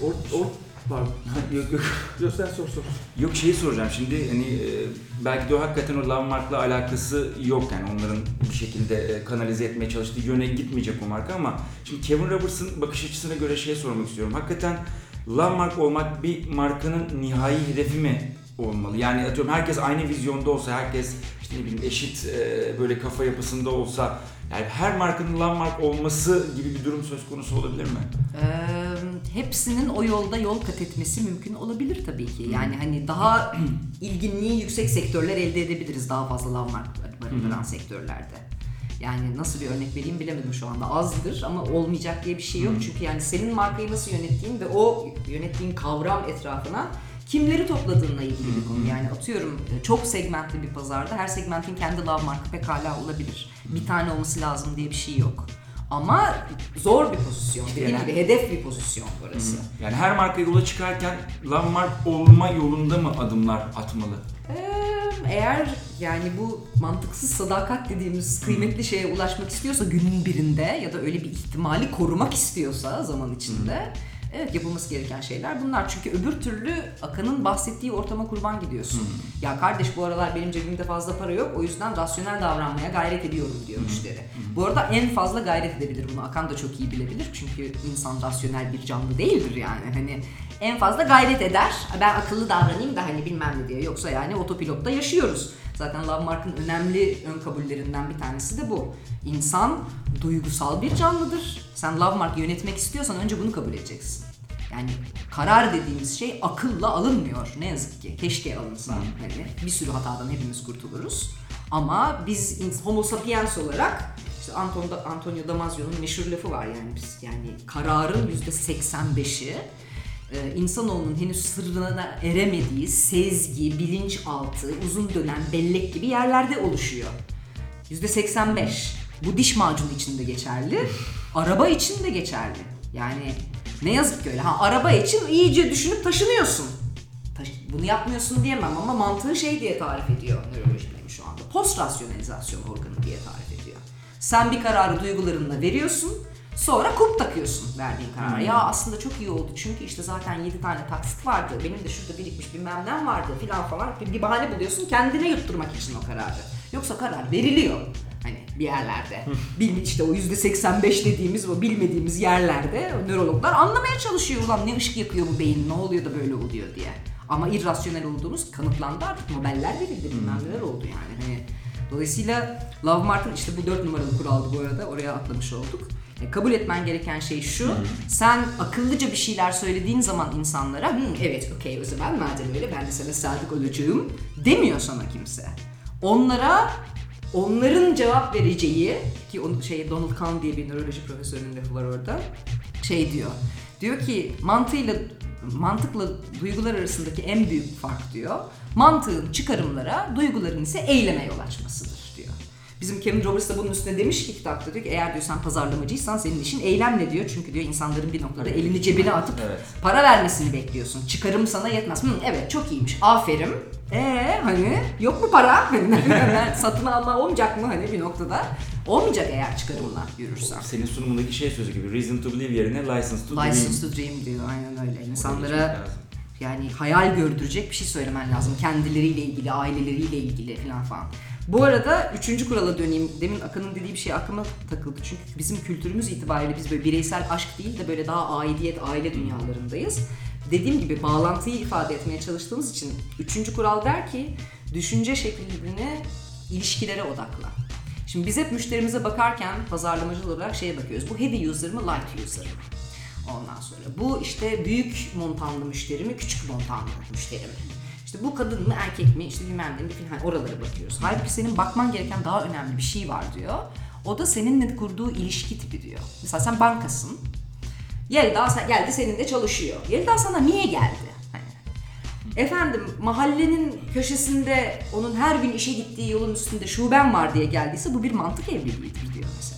Pardon. Yok sen sor. Yok şeyi soracağım şimdi hani belki de o hakikaten o love mark'la alakası yok yani onların bir şekilde kanalize etmeye çalıştığı yöne gitmeyecek o marka ama şimdi Kevin Roberts'ın bakış açısına göre şey sormak istiyorum. Hakikaten love mark olmak bir markanın nihai hedefi mi olmalı? Yani atıyorum herkes aynı vizyonda olsa, herkes işte ne bileyim eşit böyle kafa yapısında olsa yani her markanın love mark olması gibi bir durum söz konusu olabilir mi? Hepsinin o yolda yol kat etmesi mümkün olabilir tabii ki. Yani hani daha ilginliği yüksek sektörler elde edebiliriz daha fazla love mark barındıran sektörlerde. Yani nasıl bir örnek vereyim bilemedim şu anda. Azdır ama olmayacak diye bir şey yok. Çünkü yani senin markayı nasıl yönettiğin ve o yönettiğin kavram etrafına kimleri topladığınla ilgili bir konu. Yani atıyorum çok segmentli bir pazarda her segmentin kendi love markı pekala olabilir. Bir tane olması lazım diye bir şey yok. Ama zor bir pozisyon. Dediğim gibi hedef bir pozisyon burası. Yani her marka yola çıkarken love mark olma yolunda mı adımlar atmalı? Eğer yani bu mantıksız sadakat dediğimiz kıymetli şeye ulaşmak istiyorsa günün birinde ya da öyle bir ihtimali korumak istiyorsa zaman içinde Evet, yapılması gereken şeyler bunlar. Çünkü öbür türlü Akan'ın bahsettiği ortama kurban gidiyorsun. Ya kardeş bu aralar benim cebimde fazla para yok, o yüzden rasyonel davranmaya gayret ediyorum diyor müşteri. Bu arada en fazla gayret edebilir bunu. Akan da çok iyi bilebilir. Çünkü insan rasyonel bir canlı değildir yani. Hani en fazla gayret eder. Ben akıllı davranayım da hani bilmem ne diye. Yoksa yani otopilotta yaşıyoruz. Zaten Lovemark'ın önemli ön kabullerinden bir tanesi de bu. İnsan duygusal bir canlıdır. Sen Lovemark'ı yönetmek istiyorsan önce bunu kabul edeceksin. Yani karar dediğimiz şey akılla alınmıyor ne yazık ki. Keşke alınsa. Hani bir sürü hatadan hepimiz kurtuluruz. Ama biz Homo sapiens olarak işte Antonio Damasio'nun meşhur lafı var yani kararın %85'i insanoğlunun henüz sırrına eremediği sezgi, bilinçaltı, uzun dönem bellek gibi yerlerde oluşuyor. %85. Bu diş macunu için de geçerli, araba için de geçerli. Yani ne yazık ki öyle. Araba için iyice düşünüp taşınıyorsun. Bunu yapmıyorsun diyemem ama mantığı şey diye tarif ediyor nöroloji bilimi şu anda. Post rasyonalizasyon organı diye tarif ediyor. Sen bir kararı duygularınla veriyorsun. Sonra kulp takıyorsun verdiğin karara. Ya aslında çok iyi oldu çünkü işte zaten 7 tane taksit vardı. Benim de şurada birikmiş bilmem ne vardı filan falan. Bir bahane buluyorsun kendine yutturmak için o kararı. Yoksa karar veriliyor. Hani bir yerlerde. İşte o %85 dediğimiz o bilmediğimiz yerlerde nörologlar anlamaya çalışıyor. Ulan ne ışık yakıyor bu beyin, ne oluyor da böyle oluyor diye. Ama irrasyonel olduğunuz kanıtlandı artık. Nobeller verildi bilmem neler oldu yani. Hani dolayısıyla Lovemark'ın işte bu 4 numaralı kuraldı bu arada. Oraya atlamış olduk. Kabul etmen gereken şey şu, sen akıllıca bir şeyler söylediğin zaman insanlara evet okey o zaman madem öyle ben de sana sadık olacağım demiyor sana kimse. Onların cevap vereceği ki Donald Kahn diye bir nöroloji profesörünün lafı var orada diyor ki mantıkla duygular arasındaki en büyük fark diyor mantığın çıkarımlara duyguların ise eyleme yol açmasıdır diyor. Bizim Kevin Roberts da bunun üstüne demiş ki kitapta diyor ki eğer diyor sen pazarlamacıysan senin işin eylemle diyor. Çünkü diyor insanların bir noktada elini cebine atıp para vermesini bekliyorsun. Çıkarım sana yetmez. Evet çok iyiymiş. Aferin. Hani yok mu para? Satın alma olmayacak mı hani bir noktada? Olmayacak eğer çıkarımla yürürsen. Senin sunumundaki sözü gibi reason to believe yerine license to dream. License to dream diyor aynen öyle. İnsanlara yani hayal gördürecek bir şey söylemen lazım. Kendileriyle ilgili, aileleriyle ilgili falan. Bu arada 3. kurala döneyim. Demin Akan'ın dediği bir şey aklıma takıldı. Çünkü bizim kültürümüz itibariyle biz böyle bireysel aşk değil de böyle daha aidiyet, aile dünyalarındayız. Dediğim gibi bağlantıyı ifade etmeye çalıştığımız için 3. kural der ki düşünce şeklini ilişkilere odakla. Şimdi biz hep müşterimize bakarken pazarlamacı olarak şeye bakıyoruz. Bu heavy user mı, light user mı? Ondan sonra bu işte büyük montanlı müşteri mi, küçük montanlı müşteri mi? İşte bu kadın mı, erkek mi, işte bilmem ne mi falan oralara bakıyoruz. Halbuki senin bakman gereken daha önemli bir şey var diyor. O da seninle kurduğu ilişki tipi diyor. Mesela sen bankasın. Yelda geldi seninle çalışıyor. Yelda sana niye geldi? Efendim mahallenin köşesinde onun her gün işe gittiği yolun üstünde şuben var diye geldiyse bu bir mantık evliliğidir diyor mesela.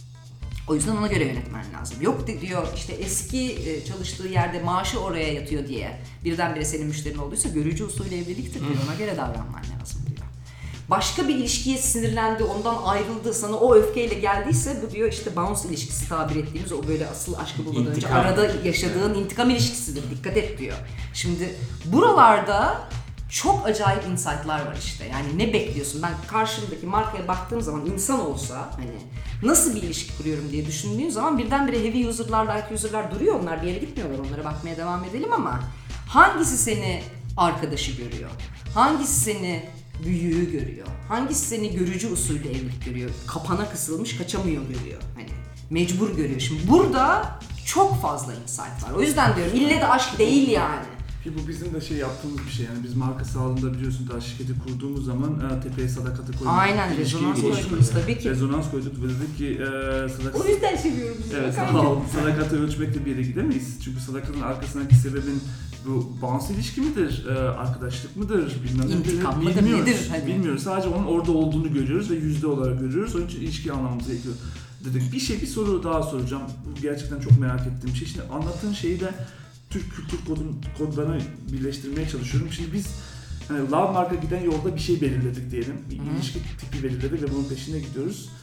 O yüzden ona göre yönetmen lazım. Yok diyor işte eski çalıştığı yerde maaşı oraya yatıyor diye birdenbire senin müşterin olduysa görücü usulü evliliktir diyor. Ona göre davranman lazım diyor. Başka bir ilişkiye sinirlendi, ondan ayrıldı, sana o öfkeyle geldiyse bu diyor işte bounce ilişkisi tabir ettiğimiz o böyle asıl aşkı bulmadan önce arada yaşadığın intikam ilişkisidir. Dikkat et diyor. Şimdi buralarda çok acayip insight'lar var işte. Yani ne bekliyorsun? Ben karşımdaki markaya baktığım zaman insan olsa hani nasıl bir ilişki kuruyorum diye düşündüğün zaman birdenbire heavy user'lar, light user'lar duruyor. Onlar bir yere gitmiyorlar. Onlara bakmaya devam edelim ama hangisi seni arkadaşı görüyor? Hangisi seni büyüğü görüyor? Hangisi seni görücü usulü evlilik görüyor? Kapana kısılmış, kaçamıyor görüyor. Hani mecbur görüyor. Şimdi burada çok fazla insight var. O yüzden diyorum ille de aşk değil yani. Ki bu bizim de yaptığımız bir şey yani biz marka sağlığında biliyorsun daha şirketi kurduğumuz zaman tepeye sadakati koyduk. Aynen rezonans koydunuz tabii ki. Rezonans koyduk ve dedik ki sadakat... O yüzden seviyorum sizi. Evet sadakati ölçmekle bir yere gidemeyiz. Çünkü sadakatin arkasındaki sebebin bu bağımsız ilişki midir, arkadaşlık mıdır, bilmem İntikam mıdır, bilmiyoruz. nedir? Hani. Bilmiyoruz. Sadece onun orada olduğunu görüyoruz ve yüzde olarak görüyoruz. Onun için ilişkiyi anlamamız gerekiyor. Dedik bir soru daha soracağım. Bu gerçekten çok merak ettiğim şey. Şimdi anlattığın şeyi de Türk kültür kodlarına birleştirmeye çalışıyorum. Şimdi biz Lovemark'a giden yolda bir şey belirledik diyelim. Bir ilişki tipi belirledik ve bunun peşine gidiyoruz.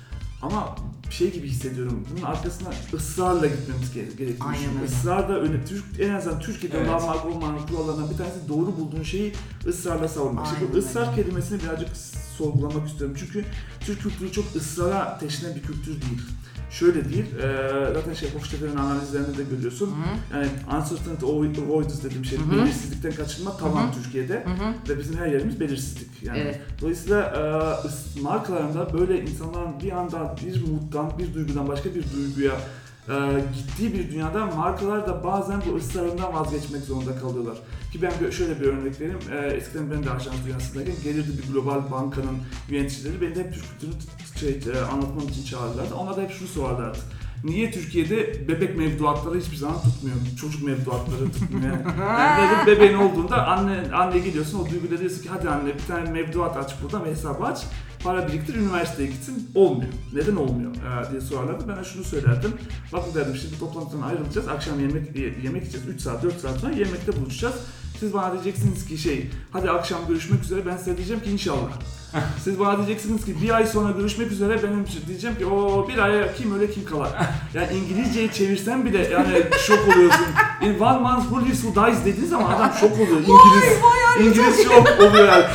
Ama şey gibi hissediyorum. Bunun arkasına ısrarla gitmemiz gerekiyor. Aynen öyle. Israr da öyle. En azından Türkiye'de Evet. olmak olmanın kurallarından bir tanesi doğru bulduğun şeyi ısrarla savunmak. İşte bu Aynen ısrar öyle. kelimesini birazcık sorgulamak istiyorum. Çünkü Türk kültürü çok ısrara teşne bir kültür değil. Şöyle değil, zaten Hofstadter'in analizlerinde de görüyorsun. Yani uncertainty avoidance dediğim şey, belirsizlikten kaçınma tavan Türkiye'de ve bizim her yerimiz belirsizlik. Yani Evet. dolayısıyla markalarında böyle insanların bir anda bir mood'dan, bir duygudan başka bir duyguya gittiği bir dünyada markalar da bazen bu ısrarından vazgeçmek zorunda kalıyorlar. Ki ben şöyle bir örnek vereyim. Eskiden ben de ajans dünyasındayken gelirdi bir global bankanın yöneticileri beni de hep Türk kültürünü anlatmam için çağırırlardı. Onlar da hep şunu sorarlardı. Niye Türkiye'de bebek mevduatları hiçbir zaman tutmuyor? Çocuk mevduatları tutmuyor. Yani bebeğin olduğunda anne geliyorsun o duyguyla diyorsun ki hadi anne bir tane mevduat aç buradan ve hesabı aç. Para biriktir, üniversiteye gitsin. Olmuyor. Neden olmuyor diye sorarlardı. Ben de şunu söylerdim. Bakın derdim şimdi toplantıdan ayrılacağız. Akşam yemek yiyeceğiz. 3 saat, 4 saat sonra yemekte buluşacağız. Siz bana diyeceksiniz ki hadi akşam görüşmek üzere. Ben size diyeceğim ki inşallah. Siz bana diyeceksiniz ki bir ay sonra görüşmek üzere. Benim diyeceğim ki o bir aya kim öyle kim kalar. Yani İngilizceyi çevirsen bile yani şok oluyorsun. In one month who lives who dies dediğin zaman adam şok oluyor. İngiliz şok oluyor yani.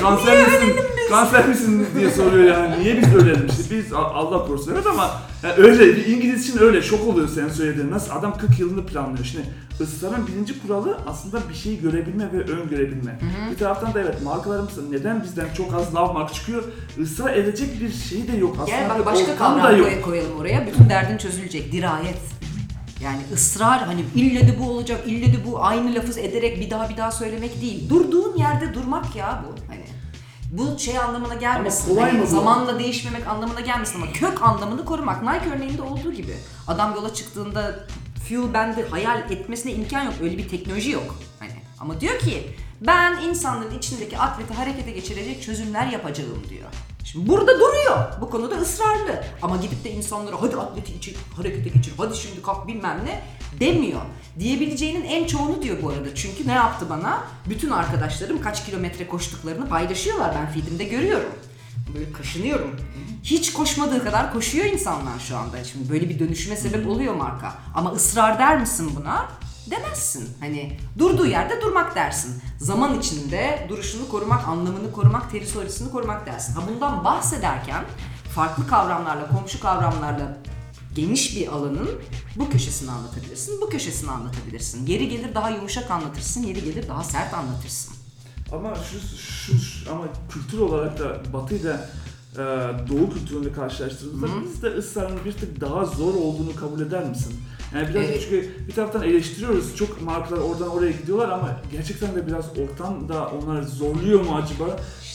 Kanser misin diye soruyor yani. Niye biz ölelim işte biz Allah korusun evet ama yani öyle bir İngiliz için öyle şok oluyor sen söylediğin. Nasıl adam 40 yılını planlıyor. Şimdi ısrarın birinci kuralı aslında bir şeyi görebilme ve öngörebilme. Bir taraftan da evet markalarımız neden bizden çok az love mark çıkıyor? Israr edecek bir şey de yok aslında. Gel bak başka ortam da kavram yok. koyalım oraya. Bütün derdin çözülecek. Dirayet. Yani ısrar hani ille de bu olacak, ille de bu aynı lafı ederek bir daha söylemek değil. Durduğun yerde durmak ya bu. Hani bu şey anlamına gelmesin. Ama kolay Hani mı bu? zamanla değişmemek anlamına gelmesin ama kök anlamını korumak. Nike örneğinde olduğu gibi. Adam yola çıktığında fuel band'i hayal etmesine imkan yok. Öyle bir teknoloji yok. Hani ama diyor ki ben insanların içindeki atleti harekete geçirecek çözümler yapacağım diyor. Şimdi burada duruyor. Bu konuda ısrarlı. Ama gidip de insanlara hadi atleti harekete geçir, hadi şimdi kalk bilmem ne demiyor. Diyebileceğinin en çoğunu diyor bu arada. Çünkü ne yaptı bana? Bütün arkadaşlarım kaç kilometre koştuklarını paylaşıyorlar. Ben feedimde görüyorum. Böyle kaşınıyorum. Hiç koşmadığı kadar koşuyor insanlar şu anda. Şimdi böyle bir dönüşüme sebep oluyor marka. Ama ısrar der misin buna? Demezsin. Hani durduğu yerde durmak dersin. Zaman içinde duruşunu korumak, anlamını korumak, terisorisini korumak dersin. Ha bundan bahsederken farklı kavramlarla, komşu kavramlarla geniş bir alanın bu köşesini anlatabilirsin, bu köşesini anlatabilirsin. Yeri gelir daha yumuşak anlatırsın, yeri gelir daha sert anlatırsın. Ama ama kültür olarak da Batı'yla Doğu kültürünü karşılaştırdığımızda biz de ısrarın bir tık daha zor olduğunu kabul eder misin? Yani biraz çünkü bir taraftan eleştiriyoruz, çok markalar oradan oraya gidiyorlar ama gerçekten de biraz ortam da onları zorluyor mu acaba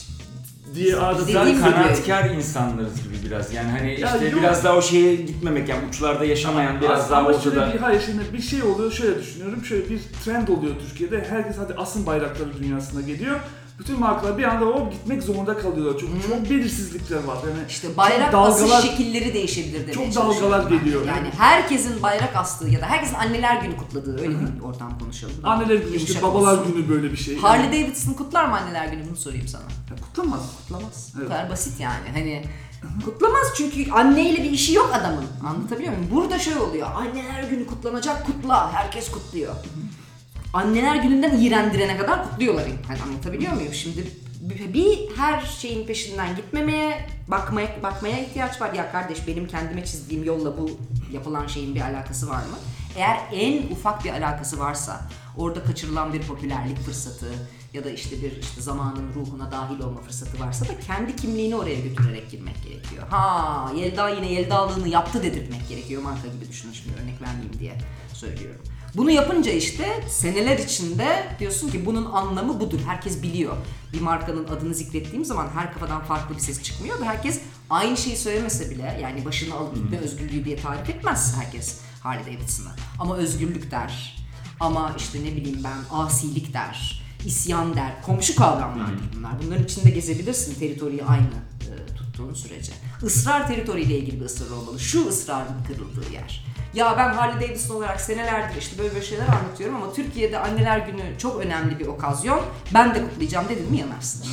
diye Dediğim kanaatkar insanlarız gibi biraz yani hani Ya işte yok. biraz daha o şeye gitmemek yani uçlarda yaşamayan biraz daha ama ortada. şimdi bir şey oluyor şöyle düşünüyorum, şöyle bir trend oluyor Türkiye'de, herkes hadi asın bayrakları dünyasına geliyor. Bütün markalar bir anda gitmek zorunda kalıyorlar. Çok belirsizlikler var. Yani İşte bayrak asış şekilleri değişebilir demeye çok çalışıyorum dalgalar ben. geliyor. Yani herkesin bayrak astığı ya da herkesin anneler günü kutladığı öyle bir ortam konuşalım. Anneler günü işte babalar günü böyle bir şey. Harley Davidson kutlar mı anneler günü bunu sorayım sana. Ya kutlamaz. Kutlamaz. Evet. Bu kadar basit yani. Hani kutlamaz çünkü anneyle bir işi yok adamın. Anlatabiliyor muyum? Burada şey oluyor. Anneler günü kutlanacak, kutla. Herkes kutluyor. Anneler gününden iğrendirene kadar kutluyorlar. Hani anlatabiliyor muyum? Şimdi bir her şeyin peşinden gitmemeye, bakmaya ihtiyaç var. Ya kardeş benim kendime çizdiğim yolla bu yapılan şeyin bir alakası var mı? Eğer en ufak bir alakası varsa, orada kaçırılan bir popülerlik fırsatı ya da işte zamanın ruhuna dahil olma fırsatı varsa da kendi kimliğini oraya götürerek girmek gerekiyor. Ha, Yelda yine Yeldalığını yaptı dedirtmek gerekiyor. Marka gibi düşünün şimdi örnek vermeyeyim diye söylüyorum. Bunu yapınca işte seneler içinde diyorsun ki bunun anlamı budur. Herkes biliyor. Bir markanın adını zikrettiğim zaman her kafadan farklı bir ses çıkmıyor ve herkes aynı şeyi söylemese bile yani başını alıp gitme özgürlüğü diye tarif etmez herkes Harley Davidson'ı. Ama özgürlük der. Ama işte ne bileyim ben asilik der. İsyan der. Komşu kavramlardır bunlar. Bunların içinde gezebilirsin teritoriyi aynı tuttuğun sürece. Israr teritoriyle ilgili bir ısrar olmalı. Şu ısrarın kırıldığı yer. Ya ben Harley Davidson olarak senelerdir işte böyle şeyler anlatıyorum ama Türkiye'de anneler günü çok önemli bir okazyon. Ben de kutlayacağım dedin mi yanarsın işte.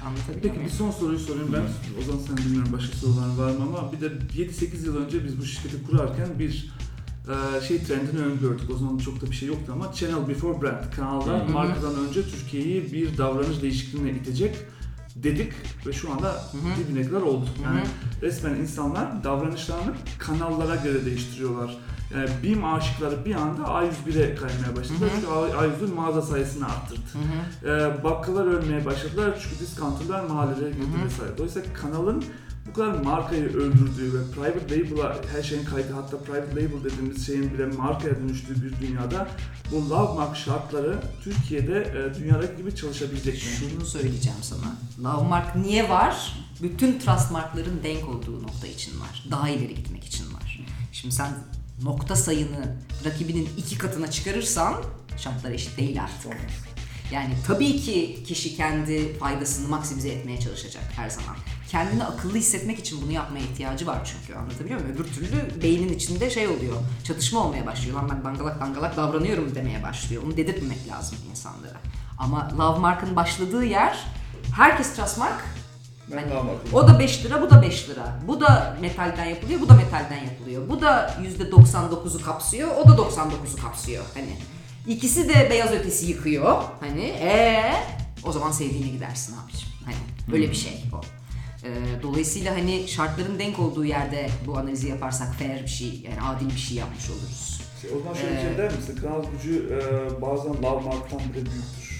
Anlatabiliyor Peki bir muyum? son soruyu sorayım ben. O zaman sen bilmiyorum başka soruların var mı ama bir de 7-8 yıl önce biz bu şirketi kurarken bir trendini öngördük. O zaman çok da bir şey yoktu ama Channel Before Brand. Kanallar markadan önce Türkiye'yi bir davranış değişikliğine itecek dedik ve şu anda dibine kadar oldu. Yani resmen insanlar davranışlarını kanallara göre değiştiriyorlar. Yani BİM aşıkları bir anda A101'e kaymaya başladılar çünkü A101 mağaza sayısını arttırdı. Bakkallar ölmeye başladılar çünkü discounterlar mahallelere girdi vesaire. Dolayısıyla kanalın bu kadar markayı öldürdüğü ve private label'a her şeyin kaydı, hatta private label dediğimiz şeyin bile markaya dönüştüğü bir dünyada bu love mark şartları Türkiye'de dünyadaki gibi çalışabilecek mi? Şunu söyleyeceğim sana. Love mark niye var? Bütün trust markların denk olduğu nokta için var. Daha ileri gitmek için var. Şimdi sen nokta sayını rakibinin 2 katına çıkarırsan şartlar eşit değil artık. Yani tabii ki kişi kendi faydasını maksimize etmeye çalışacak her zaman. Kendini akıllı hissetmek için bunu yapmaya ihtiyacı var çünkü, anlatabiliyor muyum? Öbür türlü beynin içinde şey oluyor, çatışma olmaya başlıyor. Lan ben dangalak davranıyorum demeye başlıyor. Onu dedirtmemek lazım insanlara. Ama Love Mark'ın başladığı yer, herkes trust mark. Hani, o da 5 lira, bu da 5 lira. Bu da metalden yapılıyor, bu da metalden yapılıyor. Bu da %99'u kapsıyor, o da 99'u kapsıyor. Hani ikisi de beyaz ötesi yıkıyor. Hani o zaman sevdiğine gidersin abiciğim. Hani böyle bir şey o. Dolayısıyla hani şartların denk olduğu yerde bu analizi yaparsak fair bir şey, yani adil bir şey yapmış oluruz. O zaman şöyle bir şey der misin? Kanal gücü bazen love mark'tan bile büyüktür.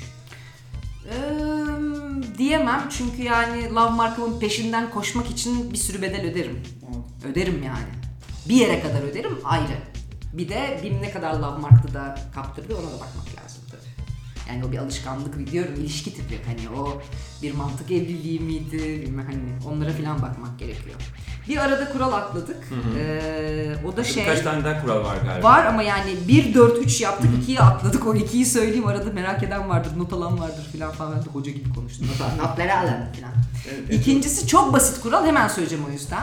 Diyemem çünkü yani love markımın peşinden koşmak için bir sürü bedel öderim. Öderim yani. Bir yere kadar öderim ayrı. Bir de BİM ne kadar love mark'ı da kaptırdı ona da bakmak lazım tabii. Yani o bir alışkanlık diyorum, ilişki tipi. Hani o bir mantık evliliği miydi bilmem, hani onlara falan bakmak gerekiyor. Bir arada kural atladık. O da Birkaç tane daha kural var galiba. Var ama yani 1-4-3 yaptık, 2'yi atladık. O 2'yi söyleyeyim, arada merak eden vardır, not alan vardır falan. Ben de hoca gibi konuştum. Notları alın falan. İkincisi çok basit kural, hemen söyleyeceğim o yüzden.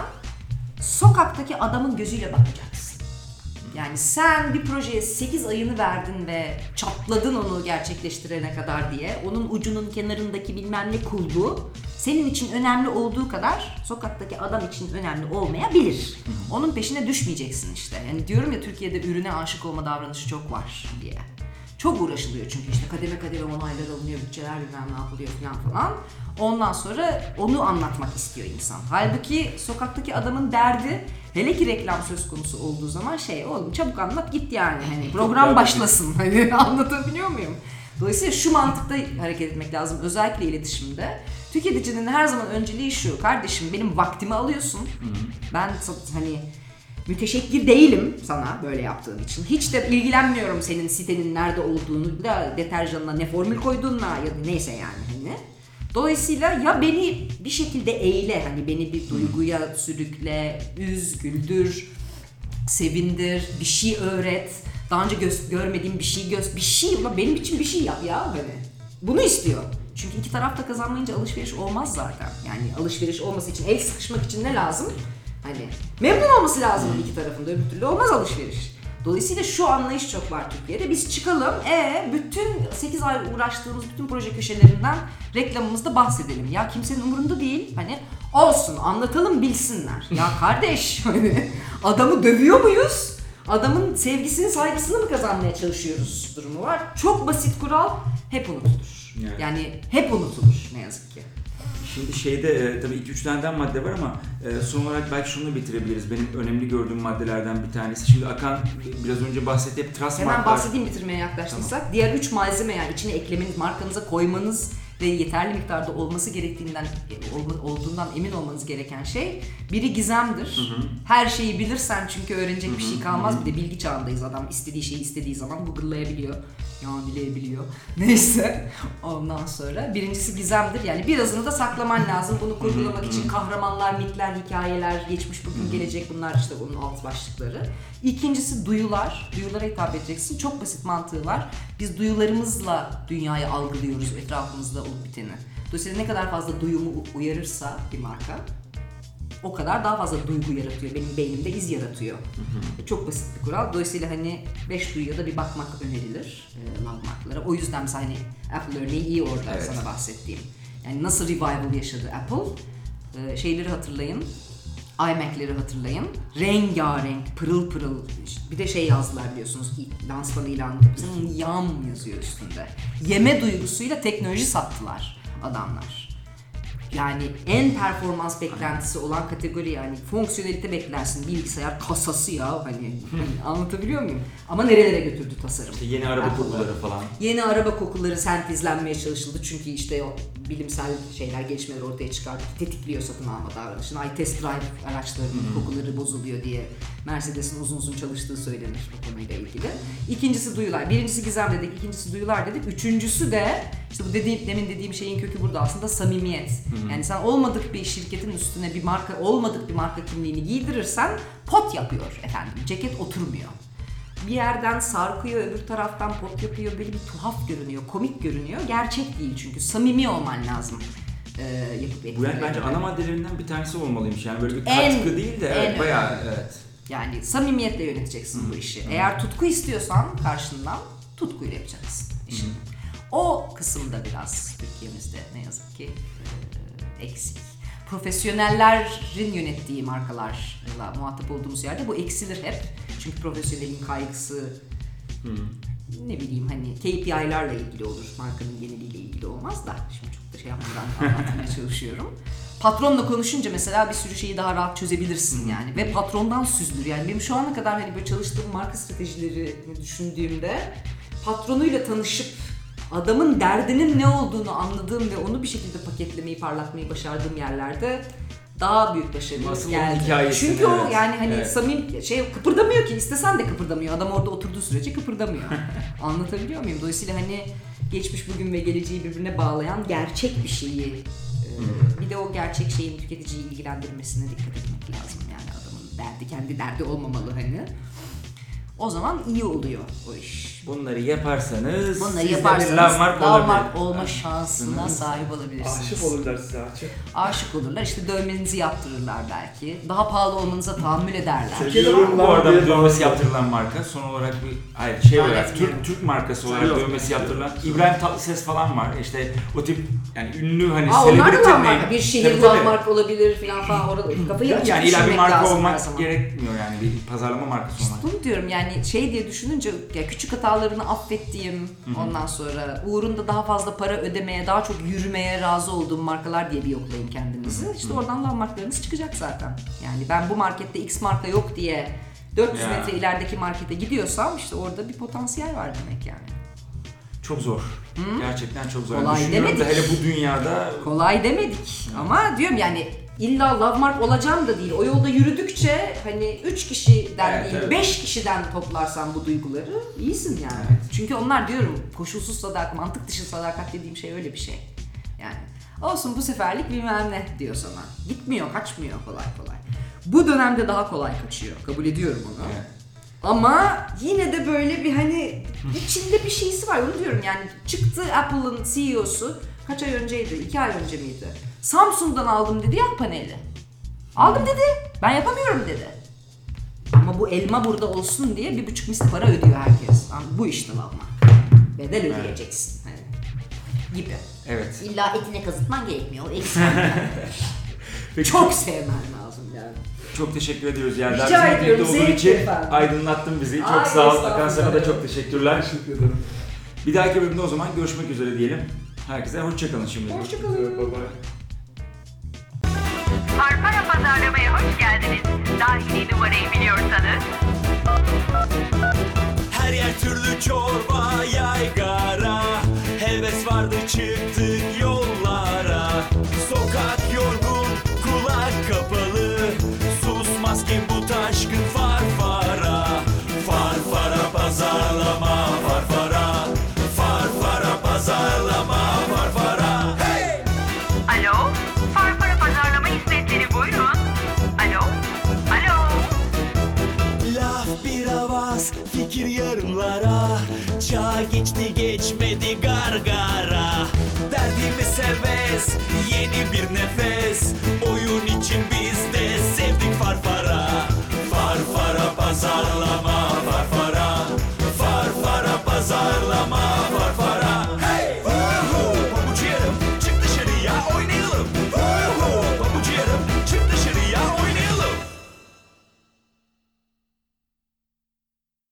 Sokaktaki adamın gözüyle bakacaksın. Yani sen bir projeye 8 ayını verdin ve çatladın onu gerçekleştirene kadar diye. Onun ucunun kenarındaki bilmem ne kulbu senin için önemli olduğu kadar sokaktaki adam için önemli olmayabilir. Onun peşine düşmeyeceksin işte. Yani diyorum ya, Türkiye'de ürüne aşık olma davranışı çok var diye. Çok uğraşılıyor çünkü işte kademe kademe onaylar alınıyor, bütçeler bilmem ne yapılıyor falan. Ondan sonra onu anlatmak istiyor insan. Halbuki sokaktaki adamın derdi, hele ki reklam söz konusu olduğu zaman oğlum çabuk anlat git yani. Hani program başlasın. Hani anlatabiliyor muyum? Dolayısıyla şu mantıkta hareket etmek lazım özellikle iletişimde. Tüketicinin her zaman önceliği şu: kardeşim benim vaktimi alıyorsun. Ben hani müteşekkir değilim sana böyle yaptığın için. Hiç de ilgilenmiyorum senin sitenin nerede olduğunu, da deterjanına ne formül koyduğunla ya da neyse yani hani. Dolayısıyla ya beni bir şekilde eyle, hani beni bir duyguya sürükle, üz, güldür, sevindir, bir şey öğret, daha önce görmediğim bir şey bir şey, ulan benim için bir şey yap ya hani. Bunu istiyor. Çünkü iki taraf da kazanmayınca alışveriş olmaz zaten. Yani alışveriş olması için, el sıkışmak için ne lazım? Hani memnun olması lazım iki tarafında, öbür türlü olmaz alışveriş. Dolayısıyla şu anlayış çok var Türkiye'de. Biz çıkalım, bütün 8 ay uğraştığımız bütün proje köşelerinden reklamımızda bahsedelim. Ya kimsenin umurunda değil. Hani olsun, anlatalım, bilsinler. Ya kardeş, hani adamı dövüyor muyuz? Adamın sevgisini, saygısını mı kazanmaya çalışıyoruz durumu var. Çok basit kural hep unutulur. Yani hep unutulur ne yazık ki. Şimdi tabii 2-3 taneden madde var ama son olarak belki şunu bitirebiliriz. Benim önemli gördüğüm maddelerden bir tanesi. Şimdi Akan biraz önce bahsetti, hep trust marklar. Hemen bahsedeyim bitirmeye yaklaştıysak. Tamam. Diğer 3 malzeme, yani içine eklemeniz, markanıza koymanız ve yeterli miktarda olması gerektiğinden, olduğundan emin olmanız gereken şey, biri gizemdir. Her şeyi bilirsen çünkü öğrenecek bir şey kalmaz. Bir de bilgi çağındayız, adam istediği şeyi istediği zaman google'layabiliyor. Dileyebiliyor. Neyse. Ondan sonra birincisi gizemdir. Yani birazını da saklaman lazım. Bunu kurgulamak için kahramanlar, mitler, hikayeler, geçmiş, bugün, gelecek, bunlar işte bunun alt başlıkları. İkincisi duyular. Duyulara hitap edeceksin. Çok basit mantığı var. Biz duyularımızla dünyayı algılıyoruz, etrafımızda olup biteni. Dolayısıyla ne kadar fazla duyumu uyarırsa bir marka, o kadar daha fazla duygu yaratıyor. Benim beynimde iz yaratıyor. Çok basit bir kural. Dolayısıyla hani 5 duyuya da bir bakmak önerilir landmarklara. O yüzden mesela hani Apple örneği iyi orada, sana bahsettiğim. Yani nasıl revival yaşadı Apple? Şeyleri hatırlayın. iMac'leri hatırlayın. Rengarenk, pırıl pırıl. Bir de şey yazdılar biliyorsunuz. Lansman ilanı. Yam yazıyor üstünde. Yeme duygusuyla teknoloji sattılar adamlar. Yani en performans beklentisi olan kategori, yani fonksiyonelite beklersin. Bilgisayar kasası ya hani anlatabiliyor muyum? Ama nerelere götürdü tasarım? İşte yeni araba Apple'ı. kokuları falan. Yeni araba kokuları sentezlenmeye çalışıldı çünkü işte o bilimsel şeyler, gelişmeler ortaya çıkardı. Tetikliyor satın alma davranışını. Test drive araçlarının kokuları bozuluyor diye Mercedes'in uzun uzun çalıştığı söylenir bu konuyla ilgili. İkincisi duyular. Birincisi gizem dedik, ikincisi duyular dedik. Üçüncüsü de işte bu demin dediğim şeyin kökü burada aslında samimiyet. Yani sen olmadık bir şirketin üstüne bir marka, olmadık bir marka kimliğini giydirirsen pot yapıyor efendim. Ceket oturmuyor. Bir yerden sarkıyor, öbür taraftan pot yapıyor, böyle bir tuhaf görünüyor, komik görünüyor. Gerçek değil çünkü, samimi olman lazım yapıp Bu yani etkilemek. bence ana maddelerinden bir tanesi olmalıymış. Yani böyle bir En- katkı değil de en bayağı evet. Yani samimiyetle yöneteceksin bu işi. Eğer tutku istiyorsan karşından tutkuyla yapacaksın işini. O kısımda biraz Türkiye'mizde ne yazık ki eksik. Profesyonellerin yönettiği markalarla muhatap olduğumuz yerde bu eksilir hep. Çünkü profesyonelin kaygısı ne bileyim hani KPI'larla ilgili olur. Markanın geneliyle ilgili olmaz da. Şimdi çok da şey yapmadan anlatmaya çalışıyorum. Patronla konuşunca mesela bir sürü şeyi daha rahat çözebilirsin yani. Ve patrondan süzdür. Yani benim şu ana kadar hani böyle çalıştığım marka stratejilerini düşündüğümde patronuyla tanışıp adamın derdinin ne olduğunu anladığım ve onu bir şekilde paketlemeyi, parlatmayı başardığım yerlerde daha büyük başarı Asıl onun geldi. hikayesini, Çünkü o evet. yani hani Evet. samimi şey kıpırdamıyor ki, istesen de kıpırdamıyor. Adam orada oturduğu sürece kıpırdamıyor. Anlatabiliyor muyum? Dolayısıyla hani geçmiş, bugün ve geleceği birbirine bağlayan gerçek bir şeyi bir de o gerçek şeyin tüketiciyi ilgilendirmesine dikkat etmek lazım. Yani adamın derdi kendi derdi olmamalı hani. O zaman iyi oluyor o iş. Bunları yaparsanız Bunları siz de yaparsanız bir Landmark olabilir. Landmark olma şansına sahip olabilirsiniz. Aşık olurlar size, aşık. Aşık olurlar. İşte dövmenizi yaptırırlar belki. Daha pahalı olmanıza tahammül ederler. Türkiye'de Var mı bu arada diye dövmesi bağırıyor. yaptırılan marka? Son olarak bir hayır şey olarak Zannetmiyorum. Türk markası olarak Yok. dövmesi yaptırılan İbrahim Tatlıses falan var. İşte o tip yani ünlü hani Onlar da celebrity Landmark. name. Bir şehir Tabii, tabii. Landmark olabilir falan oraları. Kafayı açık Yani illa bir düşünmek marka lazım her olmak zaman. gerekmiyor yani bir pazarlama markası olmak. Bunu diyorum yani şey diye düşününce ya küçük hatalarını affettiğim, ondan sonra uğrunda daha fazla para ödemeye, daha çok yürümeye razı olduğum markalar diye bir yoklayın kendinizi. İşte oradan landmarklarınız çıkacak zaten. Yani ben bu markette X marka yok diye 400 Ya. metre ilerideki markete gidiyorsam işte orada bir potansiyel var demek yani. Çok zor. Gerçekten çok zor. Kolay Düşünüyorum da demedik. hele bu dünyada Kolay demedik ama diyorum yani illa Lovemark olacağım da değil. O yolda yürüdükçe hani 3 kişiden Evet, değil evet. 5 kişiden toplarsan bu duyguları iyisin yani. Evet. Çünkü onlar diyorum koşulsuz sadakat, mantık dışı sadakat dediğim şey öyle bir şey. Yani olsun bu seferlik bilmem ne diyor sana. Gitmiyor, kaçmıyor kolay kolay. Bu dönemde daha kolay kaçıyor. Kabul ediyorum onu. Evet. Ama yine de böyle bir hani içinde bir şeysi var. Onu diyorum yani çıktı Apple'ın CEO'su kaç ay önceydi? 2 ay önce miydi? Samsung'dan aldım dedi ya paneli. Aldım dedi. Ben yapamıyorum dedi. Ama bu elma burada olsun diye 1,5 misli para ödüyor herkes. Bu işte almak. Bedel ödeyeceksin. Hani. Gibi. evet. İlla etine kazıtman gerekmiyor. Peki, Çok sevmen lazım yani. çok teşekkür ediyoruz Yelda. Rica Bizimle birlikte ediyorum, olduğun zevkli için efendim. aydınlattın bizi. Çok Ay, sağ ol. estağfurullah. Akan sana da çok teşekkürler. Teşekkür ederim. Bir dahaki bölümde o zaman görüşmek üzere diyelim. Herkese hoşçakalın şimdi. Hoşçakalın. Bye bye. Farfara Pazarlama'ya hoş geldiniz. Dahili numarayı biliyorsanız Her yer türlü çorba yaygara. Heves vardı çıktık yollara. Sokak yorgun kulak kapalı. Susmaz kim bu taşkın farfara. Farfara pazarlama farfara. Farfara pazarlama farfara. Hey! alo, Farfara Pazarlama hizmetleri buyurun. Alo, alo. Laf bir avaz, fikir yarımlara. Çağ geçti geçmedi gargara. Derdimi sever